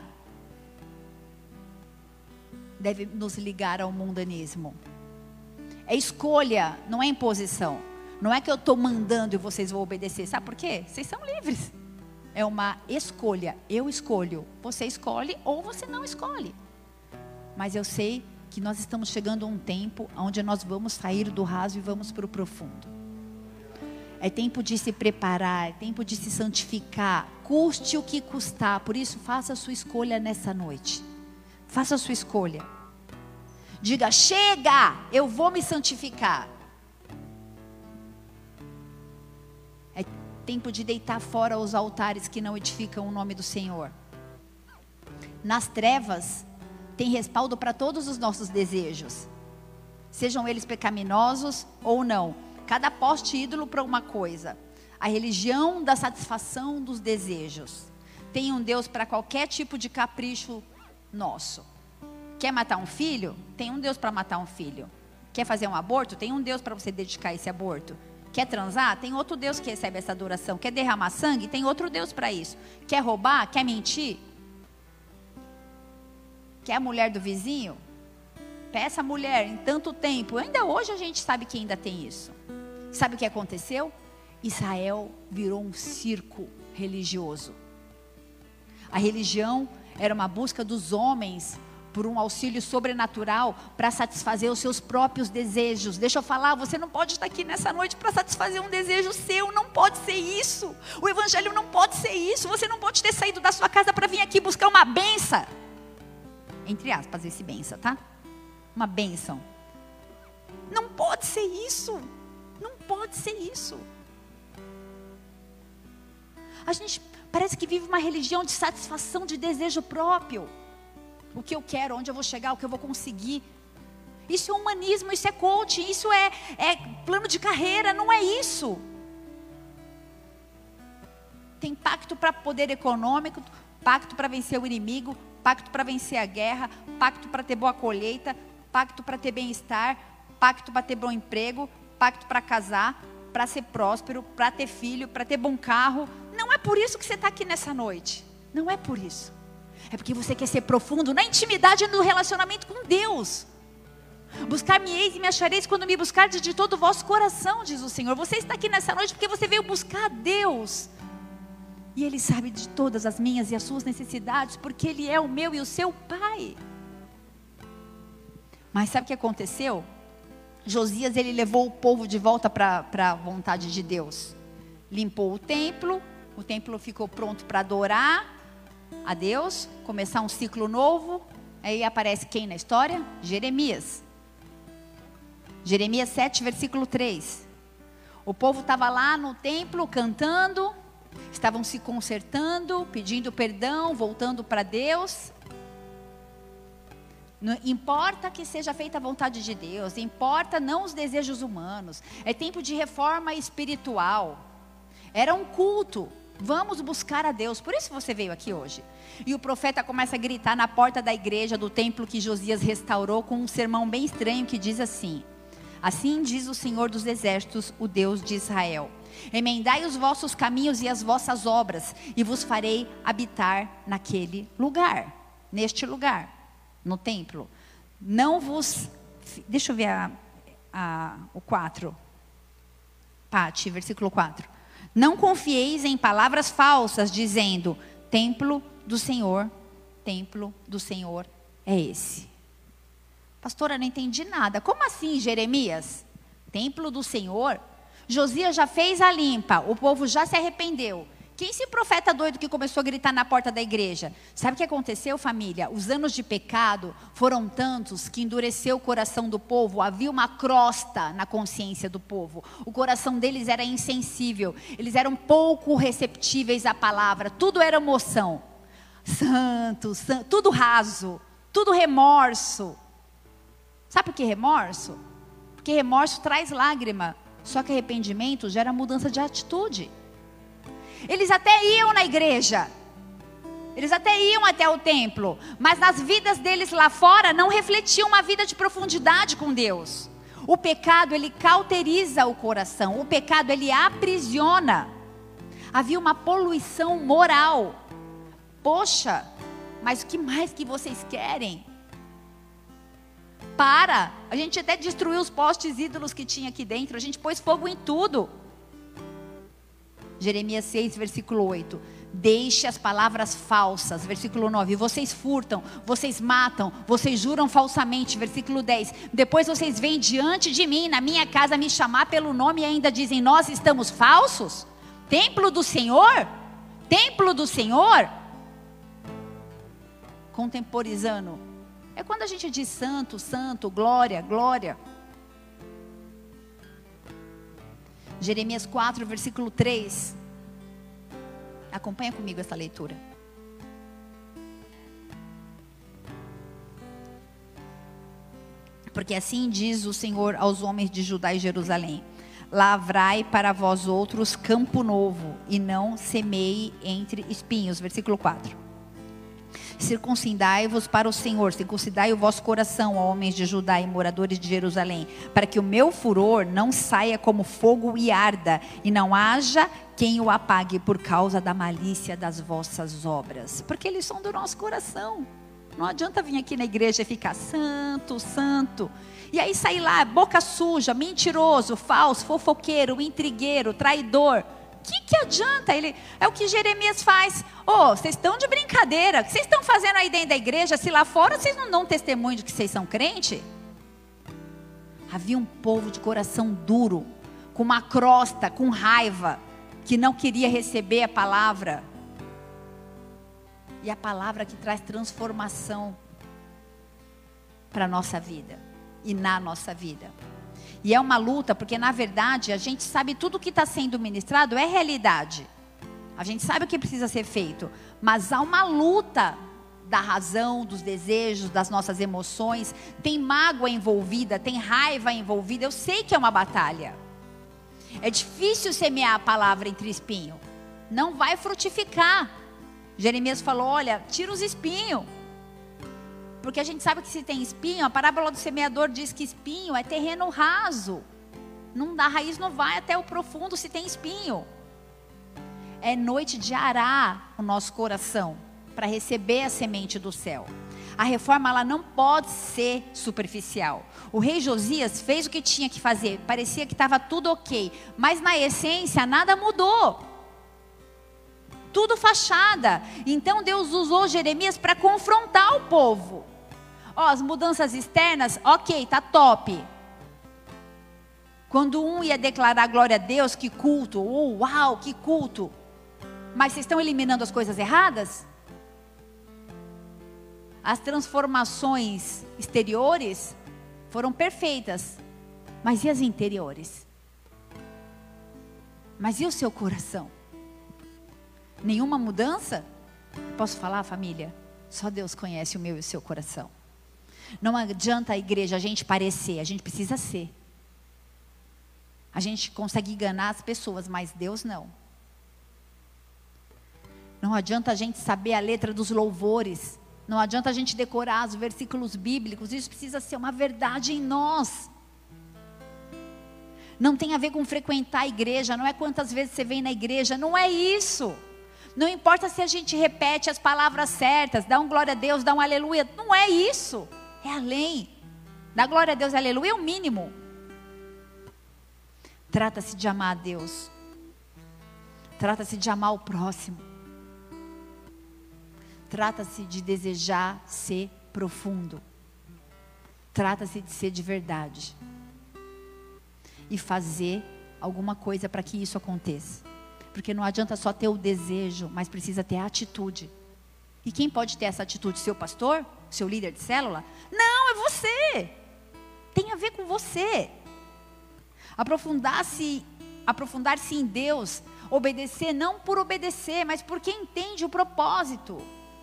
Speaker 2: deve nos ligar ao mundanismo. É escolha, não é imposição. Não é que eu estou mandando e vocês vão obedecer. Sabe por quê? Vocês são livres. É uma escolha. Eu escolho. Você escolhe ou você não escolhe. Mas eu sei que nós estamos chegando a um tempo onde nós vamos sair do raso e vamos para o profundo. É tempo de se preparar, é tempo de se santificar. Custe o que custar. Por isso, faça a sua escolha nessa noite. Faça a sua escolha. Diga, chega, eu vou me santificar. É tempo de deitar fora os altares que não edificam o nome do Senhor. Nas trevas, tem respaldo para todos os nossos desejos. Sejam eles pecaminosos ou não. Cada poste ídolo para uma coisa. A religião da satisfação dos desejos. Tem um Deus para qualquer tipo de capricho nosso. Quer matar um filho? Tem um Deus para matar um filho. Quer fazer um aborto? Tem um Deus para você dedicar esse aborto. Quer transar? Tem outro Deus que recebe essa adoração. Quer derramar sangue? Tem outro Deus para isso. Quer roubar? Quer mentir? Quer a mulher do vizinho? Peça a mulher em tanto tempo. Ainda hoje a gente sabe que ainda tem isso. Sabe o que aconteceu? Israel virou um circo religioso. A religião era uma busca dos homens por um auxílio sobrenatural para satisfazer os seus próprios desejos. Deixa eu falar, você não pode estar aqui nessa noite para satisfazer um desejo seu, não pode ser isso. O evangelho não pode ser isso. Você não pode ter saído da sua casa para vir aqui buscar uma benção. Entre aspas, esse benção, tá? Uma bênção. Não pode ser isso. Não pode ser isso. A gente parece que vive uma religião de satisfação de desejo próprio. O que eu quero, onde eu vou chegar, o que eu vou conseguir. Isso é humanismo, isso é coaching, isso é, é plano de carreira, não é isso. Tem pacto para poder econômico, pacto para vencer o inimigo, pacto para vencer a guerra, pacto para ter boa colheita, pacto para ter bem-estar, pacto para ter bom emprego, pacto para casar, para ser próspero, para ter filho, para ter bom carro. Não é por isso que você está aqui nessa noite. Não é por isso. É porque você quer ser profundo na intimidade e no relacionamento com Deus. Buscar-me-eis e me achareis quando me buscardes de todo o vosso coração, diz o Senhor. Você está aqui nessa noite porque você veio buscar a Deus. E Ele sabe de todas as minhas e as suas necessidades, porque Ele é o meu e o seu Pai. Mas sabe o que aconteceu? Josias, ele levou o povo de volta para a vontade de Deus. Limpou o templo, o templo ficou pronto para adorar a Deus, começar um ciclo novo. Aí aparece quem na história? Jeremias. Jeremias sete, versículo três. O povo estava lá no templo cantando, estavam se consertando, pedindo perdão, voltando para Deus. Não importa que seja feita a vontade de Deus, importa não os desejos humanos. É tempo de reforma espiritual. Era um culto. Vamos buscar a Deus. Por isso você veio aqui hoje. E o profeta começa a gritar na porta da igreja do templo que Josias restaurou, com um sermão bem estranho que diz assim: assim diz o Senhor dos exércitos, o Deus de Israel: emendai os vossos caminhos e as vossas obras, e vos farei habitar naquele lugar, neste lugar, no templo. Não vos... Deixa eu ver a, a, o quatro. Pati, versículo quatro. Não confieis em palavras falsas, dizendo: templo do Senhor, templo do Senhor é esse. Pastora, não entendi nada. Como assim, Jeremias? Templo do Senhor? Josias já fez a limpa, o povo já se arrependeu. Quem esse profeta doido que começou a gritar na porta da igreja? Sabe o que aconteceu, família? Os anos de pecado foram tantos que endureceu o coração do povo. Havia uma crosta na consciência do povo. O coração deles era insensível. Eles eram pouco receptíveis à palavra. Tudo era emoção. Santo, santo, tudo raso, tudo remorso. Sabe por que remorso? Porque remorso traz lágrima. Só que arrependimento gera mudança de atitude. Eles até iam na igreja, eles até iam até o templo, mas nas vidas deles lá fora não refletiam uma vida de profundidade com Deus. O pecado, ele cauteriza o coração, o pecado, ele aprisiona. Havia uma poluição moral. Poxa, mas o que mais que vocês querem? Para, a gente até destruiu os postes ídolos que tinha aqui dentro, a gente pôs fogo em tudo. Jeremias seis, versículo oito. Deixe as palavras falsas, versículo nove. Vocês furtam, vocês matam, vocês juram falsamente, versículo dez. Depois vocês vêm diante de mim, na minha casa, me chamar pelo nome e ainda dizem: nós estamos falsos? Templo do Senhor? Templo do Senhor? Contemporizando. É quando a gente diz santo, santo, glória, glória. Jeremias quatro, versículo três. Acompanha comigo essa leitura. Porque assim diz o Senhor aos homens de Judá e Jerusalém: lavrai para vós outros campo novo, e não semeie entre espinhos. Versículo quatro. Circuncidai-vos para o Senhor, circuncidai o vosso coração, ó homens de Judá e moradores de Jerusalém, para que o meu furor não saia como fogo e arda, e não haja quem o apague por causa da malícia das vossas obras. Porque eles são do nosso coração. Não adianta vir aqui na igreja e ficar santo, santo. E aí sair lá, boca suja, mentiroso, falso, fofoqueiro, intrigueiro, traidor. O que, que adianta? Ele, é o que Jeremias faz. Ô, oh, vocês estão de brincadeira. O que vocês estão fazendo aí dentro da igreja? Se lá fora vocês não dão testemunho de que vocês são crente? Havia um povo de coração duro, com uma crosta, com raiva, que não queria receber a palavra. E a palavra que traz transformação para a nossa vida e na nossa vida. E é uma luta, porque na verdade a gente sabe tudo o que está sendo ministrado é realidade. A gente sabe o que precisa ser feito, mas há uma luta da razão, dos desejos, das nossas emoções. Tem mágoa envolvida, tem raiva envolvida. Eu sei que é uma batalha. É difícil semear a palavra entre espinho. Não vai frutificar. Jeremias falou, olha, tira os espinhos. Porque a gente sabe que se tem espinho, a parábola do semeador diz que espinho é terreno raso. Não dá, a raiz não vai até o profundo se tem espinho. É noite de arar o nosso coração para receber a semente do céu. A reforma ela não pode ser superficial. O rei Josias fez o que tinha que fazer, parecia que estava tudo ok, mas na essência nada mudou. Tudo fachada. Então Deus usou Jeremias para confrontar o povo. Ó, as mudanças externas, ok, tá top. Quando um ia declarar glória a Deus, que culto, oh, uau, que culto. Mas vocês estão eliminando as coisas erradas? As transformações exteriores foram perfeitas, mas e as interiores? Mas e o seu coração? Nenhuma mudança? Posso falar, família? Só Deus conhece o meu e o seu coração. Não adianta a igreja a gente parecer, a gente precisa ser. A gente consegue enganar as pessoas, mas Deus não. Não adianta a gente saber a letra dos louvores. Não adianta a gente decorar os versículos bíblicos. Isso precisa ser uma verdade em nós. Não tem a ver com frequentar a igreja. Não é quantas vezes você vem na igreja. Não é isso. Não importa se a gente repete as palavras certas. Dá um glória a Deus, dá um aleluia. Não é isso. É além. Dar glória a Deus e aleluia é o mínimo. Trata-se de amar a Deus. Trata-se de amar o próximo. Trata-se de desejar ser profundo. Trata-se de ser de verdade. E fazer alguma coisa para que isso aconteça. Porque não adianta só ter o desejo, mas precisa ter a atitude. E quem pode ter essa atitude? Seu pastor? Seu líder de célula? Não, é você. Tem a ver com você. Aprofundar-se, aprofundar-se em Deus. Obedecer não por obedecer, mas porque entende o propósito.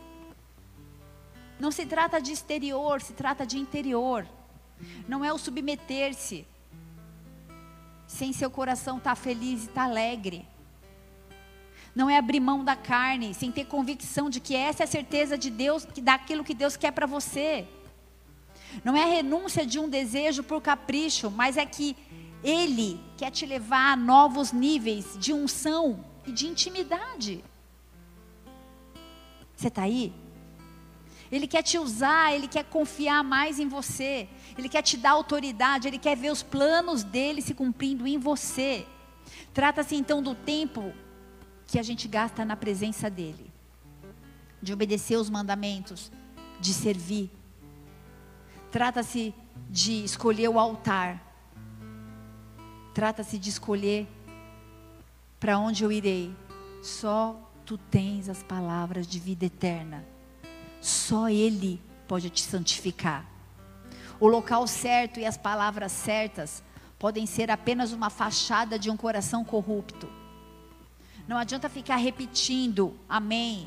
Speaker 2: Não se trata de exterior, se trata de interior. Não é o submeter-se sem seu coração estar feliz e estar alegre. Não é abrir mão da carne sem ter convicção de que essa é a certeza de Deus, que daquilo que Deus quer para você. Não é a renúncia de um desejo por capricho, mas é que Ele quer te levar a novos níveis de unção e de intimidade. Você está aí? Ele quer te usar, Ele quer confiar mais em você. Ele quer te dar autoridade, Ele quer ver os planos dEle se cumprindo em você. Trata-se então do tempo que a gente gasta na presença dEle. De obedecer os mandamentos, de servir. Trata-se de escolher o altar. Trata-se de escolher para onde eu irei. Só Tu tens as palavras de vida eterna. Só Ele pode te santificar. O local certo e as palavras certas podem ser apenas uma fachada de um coração corrupto. Não adianta ficar repetindo amém.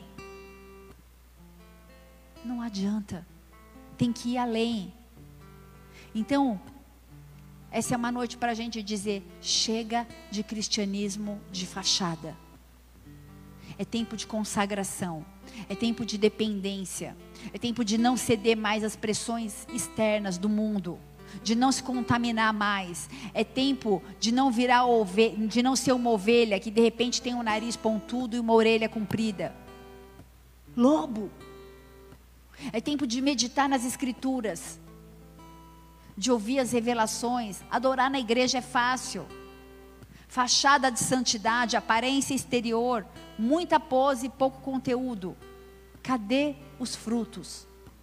Speaker 2: Não adianta. Tem que ir além. Então, essa é uma noite para a gente dizer: chega de cristianismo de fachada. É tempo de consagração. É tempo de dependência. É tempo de não ceder mais às pressões externas do mundo. De não se contaminar mais. É tempo de não virar ovelha, de não ser uma ovelha que de repente tem um nariz pontudo e uma orelha comprida. Lobo. É tempo de meditar nas Escrituras, de ouvir as revelações. Adorar na igreja é fácil. Fachada de santidade, aparência exterior, muita pose e pouco conteúdo. Cadê os frutos?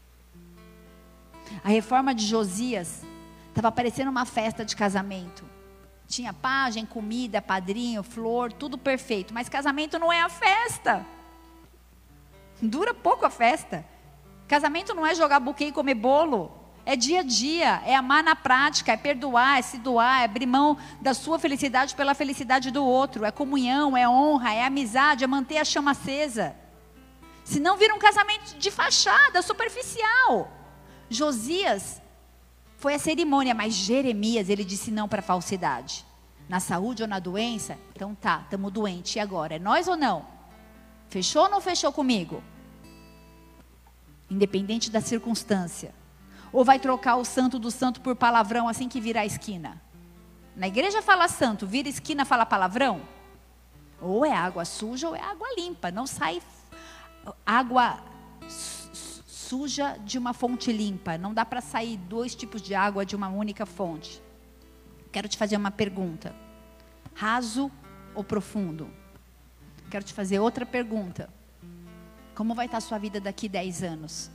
Speaker 2: A reforma de Josias estava parecendo uma festa de casamento. Tinha pajem, comida, padrinho, flor, tudo perfeito. Mas casamento não é a festa. Dura pouco a festa. Casamento não é jogar buquê e comer bolo. É dia a dia, é amar na prática, é perdoar, é se doar, é abrir mão da sua felicidade pela felicidade do outro. É comunhão, é honra, é amizade, é manter a chama acesa. Senão vira um casamento de fachada, superficial. Josias foi a cerimônia, mas Jeremias, ele disse não para a falsidade. Na saúde ou na doença? Então tá, estamos doentes, e agora? É nós ou não? Fechou ou não fechou comigo? Independente da circunstância. Ou vai trocar o santo do santo por palavrão assim que virar a esquina? Na igreja fala santo, vira esquina fala palavrão? Ou é água suja ou é água limpa. Não sai água suja de uma fonte limpa. Não dá para sair dois tipos de água de uma única fonte. Quero te fazer uma pergunta. Raso ou profundo? Quero te fazer outra pergunta. Como vai estar a sua vida daqui dez anos?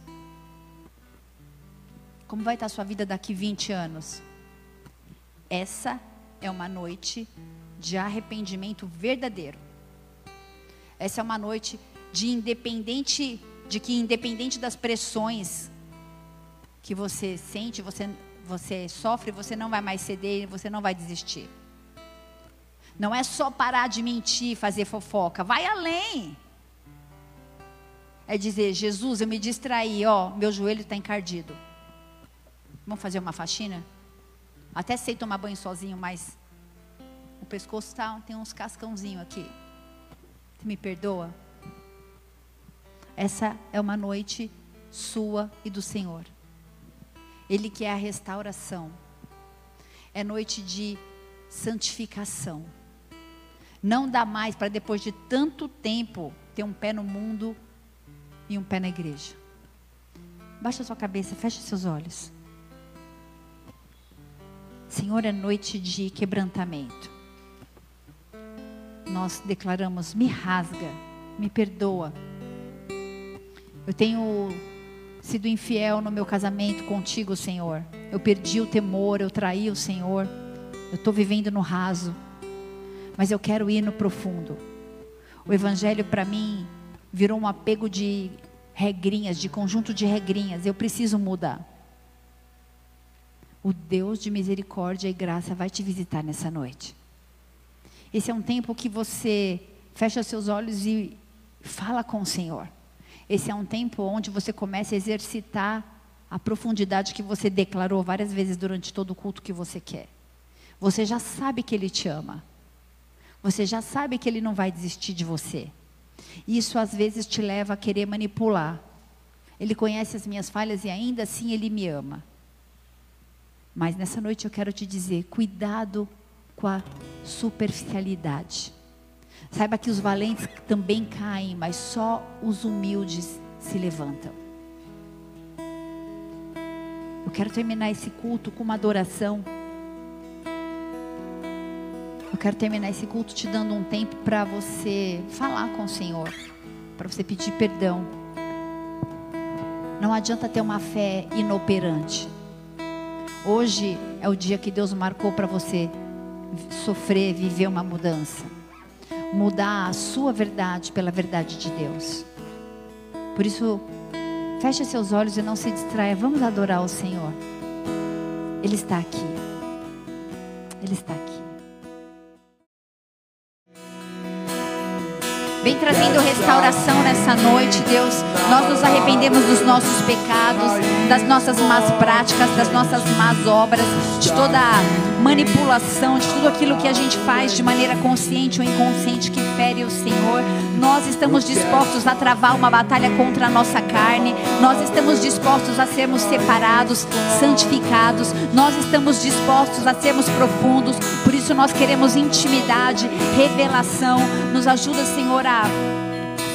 Speaker 2: Como vai estar a sua vida daqui vinte anos? Essa é uma noite de arrependimento verdadeiro. Essa é uma noite de independente, de que independente das pressões que você sente, você, você sofre, você não vai mais ceder, você não vai desistir. Não é só parar de mentir, fazer fofoca, vai além. É dizer, Jesus, eu me distraí, ó, meu joelho está encardido. Vamos fazer uma faxina? Até sei tomar banho sozinho, mas o pescoço tá, tem uns cascãozinhos aqui. Você me perdoa? Essa é uma noite sua e do Senhor. Ele quer a restauração. É noite de santificação. Não dá mais para depois de tanto tempo ter um pé no mundo e um pé na igreja. Baixa sua cabeça, fecha seus olhos. Senhor, é noite de quebrantamento. Nós declaramos, me rasga, me perdoa. Eu tenho sido infiel no meu casamento contigo, Senhor. Eu perdi o temor, eu traí o Senhor. Eu estou vivendo no raso. Mas eu quero ir no profundo. O evangelho para mim virou um apego de regrinhas, de conjunto de regrinhas. Eu preciso mudar. O Deus de misericórdia e graça vai te visitar nessa noite. Esse é um tempo que você fecha seus olhos e fala com o Senhor. Esse é um tempo onde você começa a exercitar a profundidade que você declarou várias vezes durante todo o culto que você quer. Você já sabe que Ele te ama. Você já sabe que Ele não vai desistir de você. Isso às vezes te leva a querer manipular. Ele conhece as minhas falhas e ainda assim Ele me ama. Mas nessa noite eu quero te dizer, cuidado com a superficialidade. Saiba que os valentes também caem, mas só os humildes se levantam. Eu quero terminar esse culto com uma adoração. Eu quero terminar esse culto te dando um tempo para você falar com o Senhor, para você pedir perdão. Não adianta ter uma fé inoperante. Hoje é o dia que Deus marcou para você sofrer, viver uma mudança. Mudar a sua verdade pela verdade de Deus. Por isso, feche seus olhos e não se distraia. Vamos adorar o Senhor. Ele está aqui. Ele está aqui. Vem trazendo restauração nessa noite, Deus. Nós nos arrependemos dos nossos pecados, das nossas más práticas, das nossas más obras, de toda a manipulação, de tudo aquilo que a gente faz de maneira consciente ou inconsciente que fere o Senhor. Nós estamos dispostos a travar uma batalha contra a nossa carne. Nós estamos dispostos a sermos separados, santificados. Nós estamos dispostos a sermos profundos. Por isso nós queremos intimidade, revelação. Nos ajuda, Senhor, a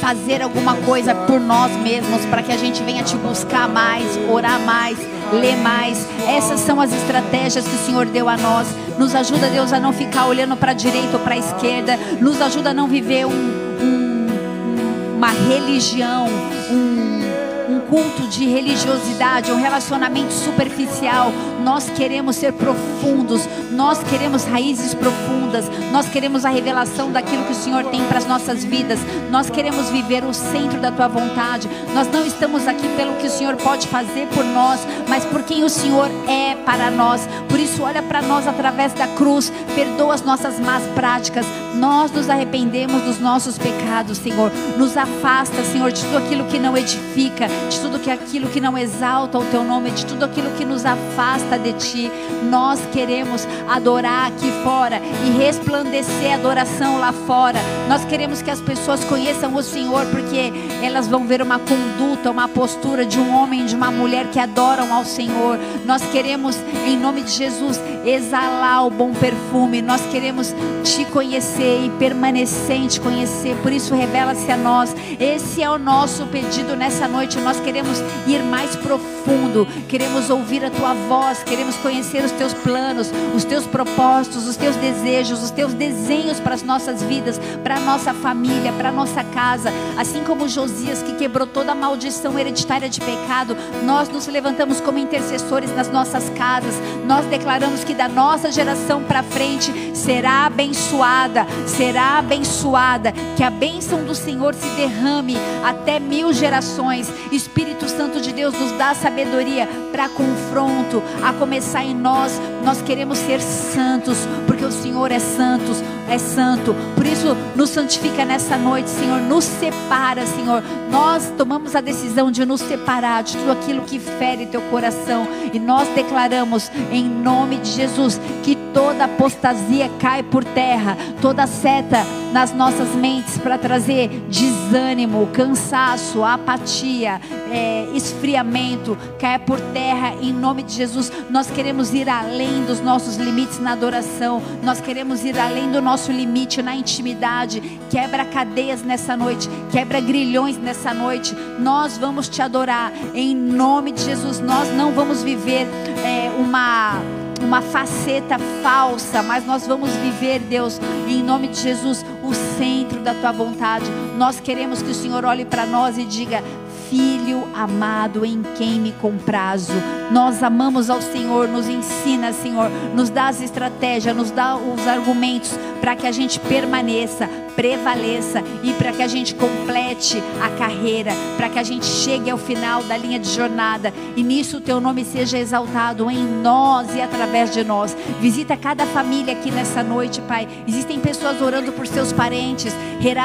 Speaker 2: fazer alguma coisa por nós mesmos, para que a gente venha te buscar mais, orar mais, ler mais. Essas são as estratégias que o Senhor deu a nós. Nos ajuda, Deus, a não ficar olhando para a direita ou para a esquerda. Nos ajuda a não viver um, um, uma religião, um um culto de religiosidade, um relacionamento superficial. Nós queremos ser profundos, nós queremos raízes profundas, nós queremos a revelação daquilo que o Senhor tem para as nossas vidas. Nós queremos viver o centro da tua vontade. Nós não estamos aqui pelo que o Senhor pode fazer por nós, mas por quem o Senhor é para nós. Por isso, olha para nós através da cruz, perdoa as nossas más práticas. Nós nos arrependemos dos nossos pecados, Senhor. Nos afasta, Senhor, de tudo aquilo que não edifica, de tudo que aquilo que não exalta o teu nome, de tudo aquilo que nos afasta de ti. Nós queremos adorar aqui fora e resplandecer a adoração lá fora. Nós queremos que as pessoas conheçam o Senhor, porque elas vão ver uma conduta, uma postura de um homem e de uma mulher que adoram ao Senhor. Nós queremos, em nome de Jesus, exalar o bom perfume. Nós queremos te conhecer e permanecer em te conhecer. Por isso, revela-se a nós. Esse é o nosso pedido nessa noite. Nós queremos ir mais profundo, queremos ouvir a tua voz, queremos conhecer os teus planos, os teus propósitos, os teus desejos, os teus desenhos para as nossas vidas, para a nossa família, para a nossa casa. Assim como Josias, que quebrou toda a maldição hereditária de pecado, nós nos levantamos como intercessores nas nossas casas. Nós declaramos que da nossa geração para frente será abençoada, será abençoada, que a bênção do Senhor se derrame até mil gerações. Espírito Santo de Deus, nos dá sabedoria para confronto, a começar em nós. Nós queremos ser santos, porque o Senhor é santo, é santo. Por isso, nos santifica nessa noite, Senhor. Nos separa, Senhor. Nós tomamos a decisão de nos separar de tudo aquilo que fere teu coração, e nós declaramos em nome de Jesus que toda apostasia cai por terra, toda seta nas nossas mentes para trazer desânimo, cansaço, apatia, é, esfriamento, cai por terra em nome de Jesus. Nós queremos ir além dos nossos limites na adoração, nós queremos ir além do nosso limite na intimidade. Quebra cadeias nessa noite, quebra grilhões nessa noite. Nós vamos te adorar em nome de Jesus. Nós não vamos viver é, uma... uma faceta falsa, mas nós vamos viver, Deus, em nome de Jesus, o centro da tua vontade. Nós queremos que o Senhor olhe para nós e diga: filho amado em quem me comprazo. Nós amamos ao Senhor. Nos ensina, Senhor, nos dá as estratégias, nos dá os argumentos para que a gente permaneça, prevaleça e para que a gente complete a carreira, para que a gente chegue ao final da linha de jornada, e nisso o teu nome seja exaltado em nós e através de nós. Visita cada família aqui nessa noite, Pai. Existem pessoas orando por seus parentes.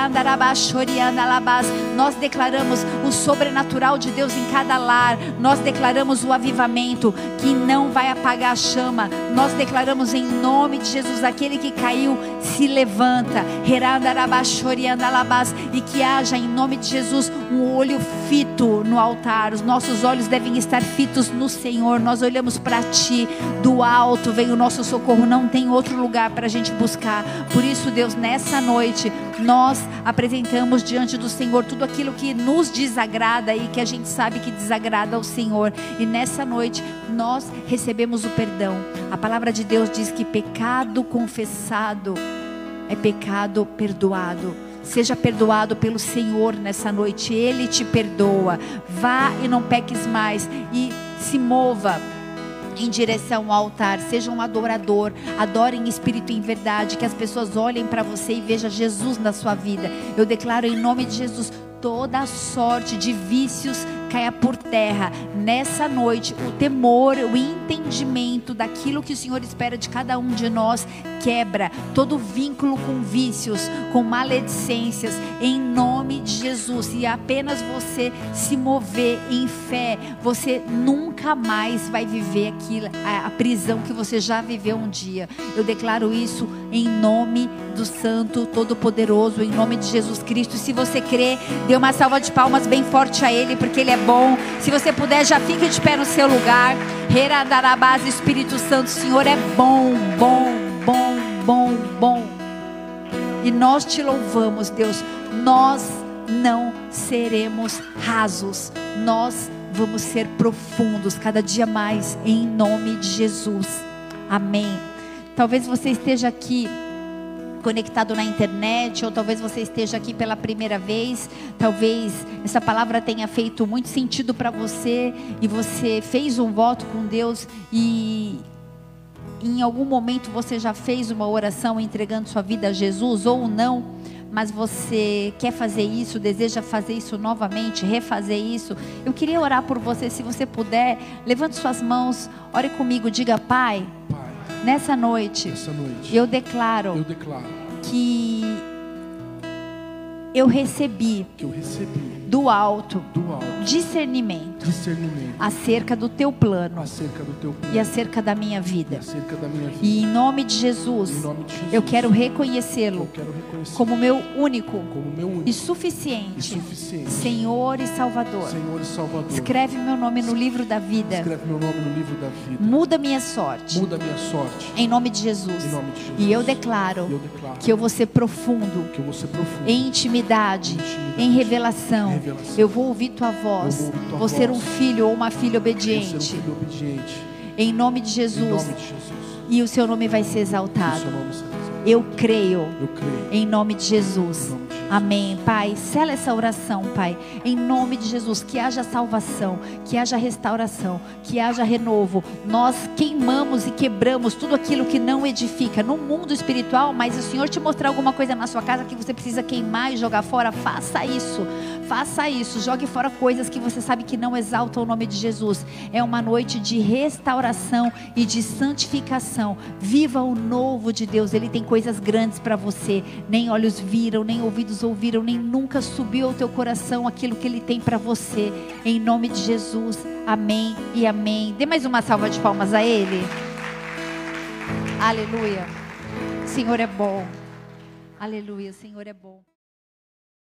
Speaker 2: Nós declaramos o sobrenatural de Deus em cada lar. Nós declaramos o avivamento que não vai apagar a chama. Nós declaramos em nome de Jesus: aquele que caiu se levanta, e que haja em nome de Jesus um olho fito no altar. Os nossos olhos devem estar fitos no Senhor. Nós olhamos para ti, do alto vem o nosso socorro, não tem outro lugar para a gente buscar. Por isso, Deus, nessa noite nós apresentamos diante do Senhor tudo aquilo que nos desagrada e que a gente sabe que desagrada ao Senhor, e nessa noite nós recebemos o perdão. A palavra de Deus diz que pecado confessado é pecado perdoado. Seja perdoado pelo Senhor nessa noite. Ele te perdoa. Vá e não peques mais, e se mova em direção ao altar. Seja um adorador. Adore em espírito e em verdade. Que as pessoas olhem para você e vejam Jesus na sua vida. Eu declaro em nome de Jesus: toda a sorte de vícios caia por terra nessa noite. O temor, o entendimento daquilo que o Senhor espera de cada um de nós quebra todo vínculo com vícios, com maledicências, em nome de Jesus. E apenas você se mover em fé, você nunca mais vai viver aquilo, a, a prisão que você já viveu um dia. Eu declaro isso em nome do Santo Todo-Poderoso, em nome de Jesus Cristo. Se você crê, dê uma salva de palmas bem forte a Ele, porque Ele é bom. Se você puder, já fique de pé no seu lugar. Heradarabás, Espírito Santo, o Senhor é bom, bom, bom, bom, bom. E nós te louvamos, Deus. Nós não seremos rasos, nós vamos ser profundos cada dia mais, em nome de Jesus. Amém. Talvez você esteja aqui conectado na internet, ou talvez você esteja aqui pela primeira vez. Talvez essa palavra tenha feito muito sentido para você, e você fez um voto com Deus, e em algum momento você já fez uma oração entregando sua vida a Jesus, ou não, mas você quer fazer isso, deseja fazer isso novamente, refazer isso. Eu queria orar por você. Se você puder, levante suas mãos, ore comigo, diga: Pai, Nessa noite,
Speaker 3: Nessa noite
Speaker 2: eu declaro,
Speaker 3: eu declaro
Speaker 2: que eu recebi,
Speaker 3: que eu recebi
Speaker 2: do alto,
Speaker 3: do alto
Speaker 2: discernimento,
Speaker 3: discernimento
Speaker 2: acerca do teu plano
Speaker 3: acerca do teu plano
Speaker 2: e acerca da minha
Speaker 3: e
Speaker 2: vida.
Speaker 3: acerca da minha vida.
Speaker 2: E em nome de Jesus,
Speaker 3: Em nome de Jesus,
Speaker 2: eu quero
Speaker 3: eu
Speaker 2: reconhecê-lo
Speaker 3: quero reconhecer
Speaker 2: como meu único
Speaker 3: como meu único
Speaker 2: e suficiente
Speaker 3: e suficiente
Speaker 2: Senhor e Salvador.
Speaker 3: Senhor e Salvador.
Speaker 2: Escreve meu nome no livro da vida.
Speaker 3: Escreve meu nome no livro da vida.
Speaker 2: Muda minha sorte.
Speaker 3: Muda minha sorte.
Speaker 2: Em nome de Jesus.
Speaker 3: Em nome de Jesus.
Speaker 2: E eu declaro,
Speaker 3: E eu declaro
Speaker 2: que eu vou ser profundo
Speaker 3: que eu vou ser profundo
Speaker 2: em intimidade,
Speaker 3: Intimidade.
Speaker 2: em revelação.
Speaker 3: Em revelação.
Speaker 2: Eu vou ouvir tua voz.
Speaker 3: Eu vou ouvir tua
Speaker 2: Vou ser um
Speaker 3: voz.
Speaker 2: filho ou uma filha
Speaker 3: Vou ser um
Speaker 2: obediente.
Speaker 3: filho obediente.
Speaker 2: Em nome de
Speaker 3: Em
Speaker 2: Jesus.
Speaker 3: nome de Jesus.
Speaker 2: E o seu nome vai ser
Speaker 3: Que o
Speaker 2: exaltado.
Speaker 3: seu nome seja exaltado.
Speaker 2: Eu creio.
Speaker 3: Eu creio.
Speaker 2: Em nome de Jesus.
Speaker 3: Em nome de Jesus.
Speaker 2: Amém. Pai, sela essa oração, Pai. Em nome de Jesus, que haja salvação, que haja restauração, que haja renovo. Nós queimamos e quebramos tudo aquilo que não edifica no mundo espiritual, mas se o Senhor te mostrar alguma coisa na sua casa que você precisa queimar e jogar fora, faça isso. Faça isso. Jogue fora coisas que você sabe que não exaltam o nome de Jesus. É uma noite de restauração e de santificação. Viva o novo de Deus. Ele tem coisas grandes para você. Nem olhos viram, nem ouvidos ouviram, nem nunca subiu ao teu coração aquilo que Ele tem para você. Em nome de Jesus. Amém e amém. Dê mais uma salva de palmas a Ele. Aleluia. O Senhor é bom. Aleluia. O Senhor é bom.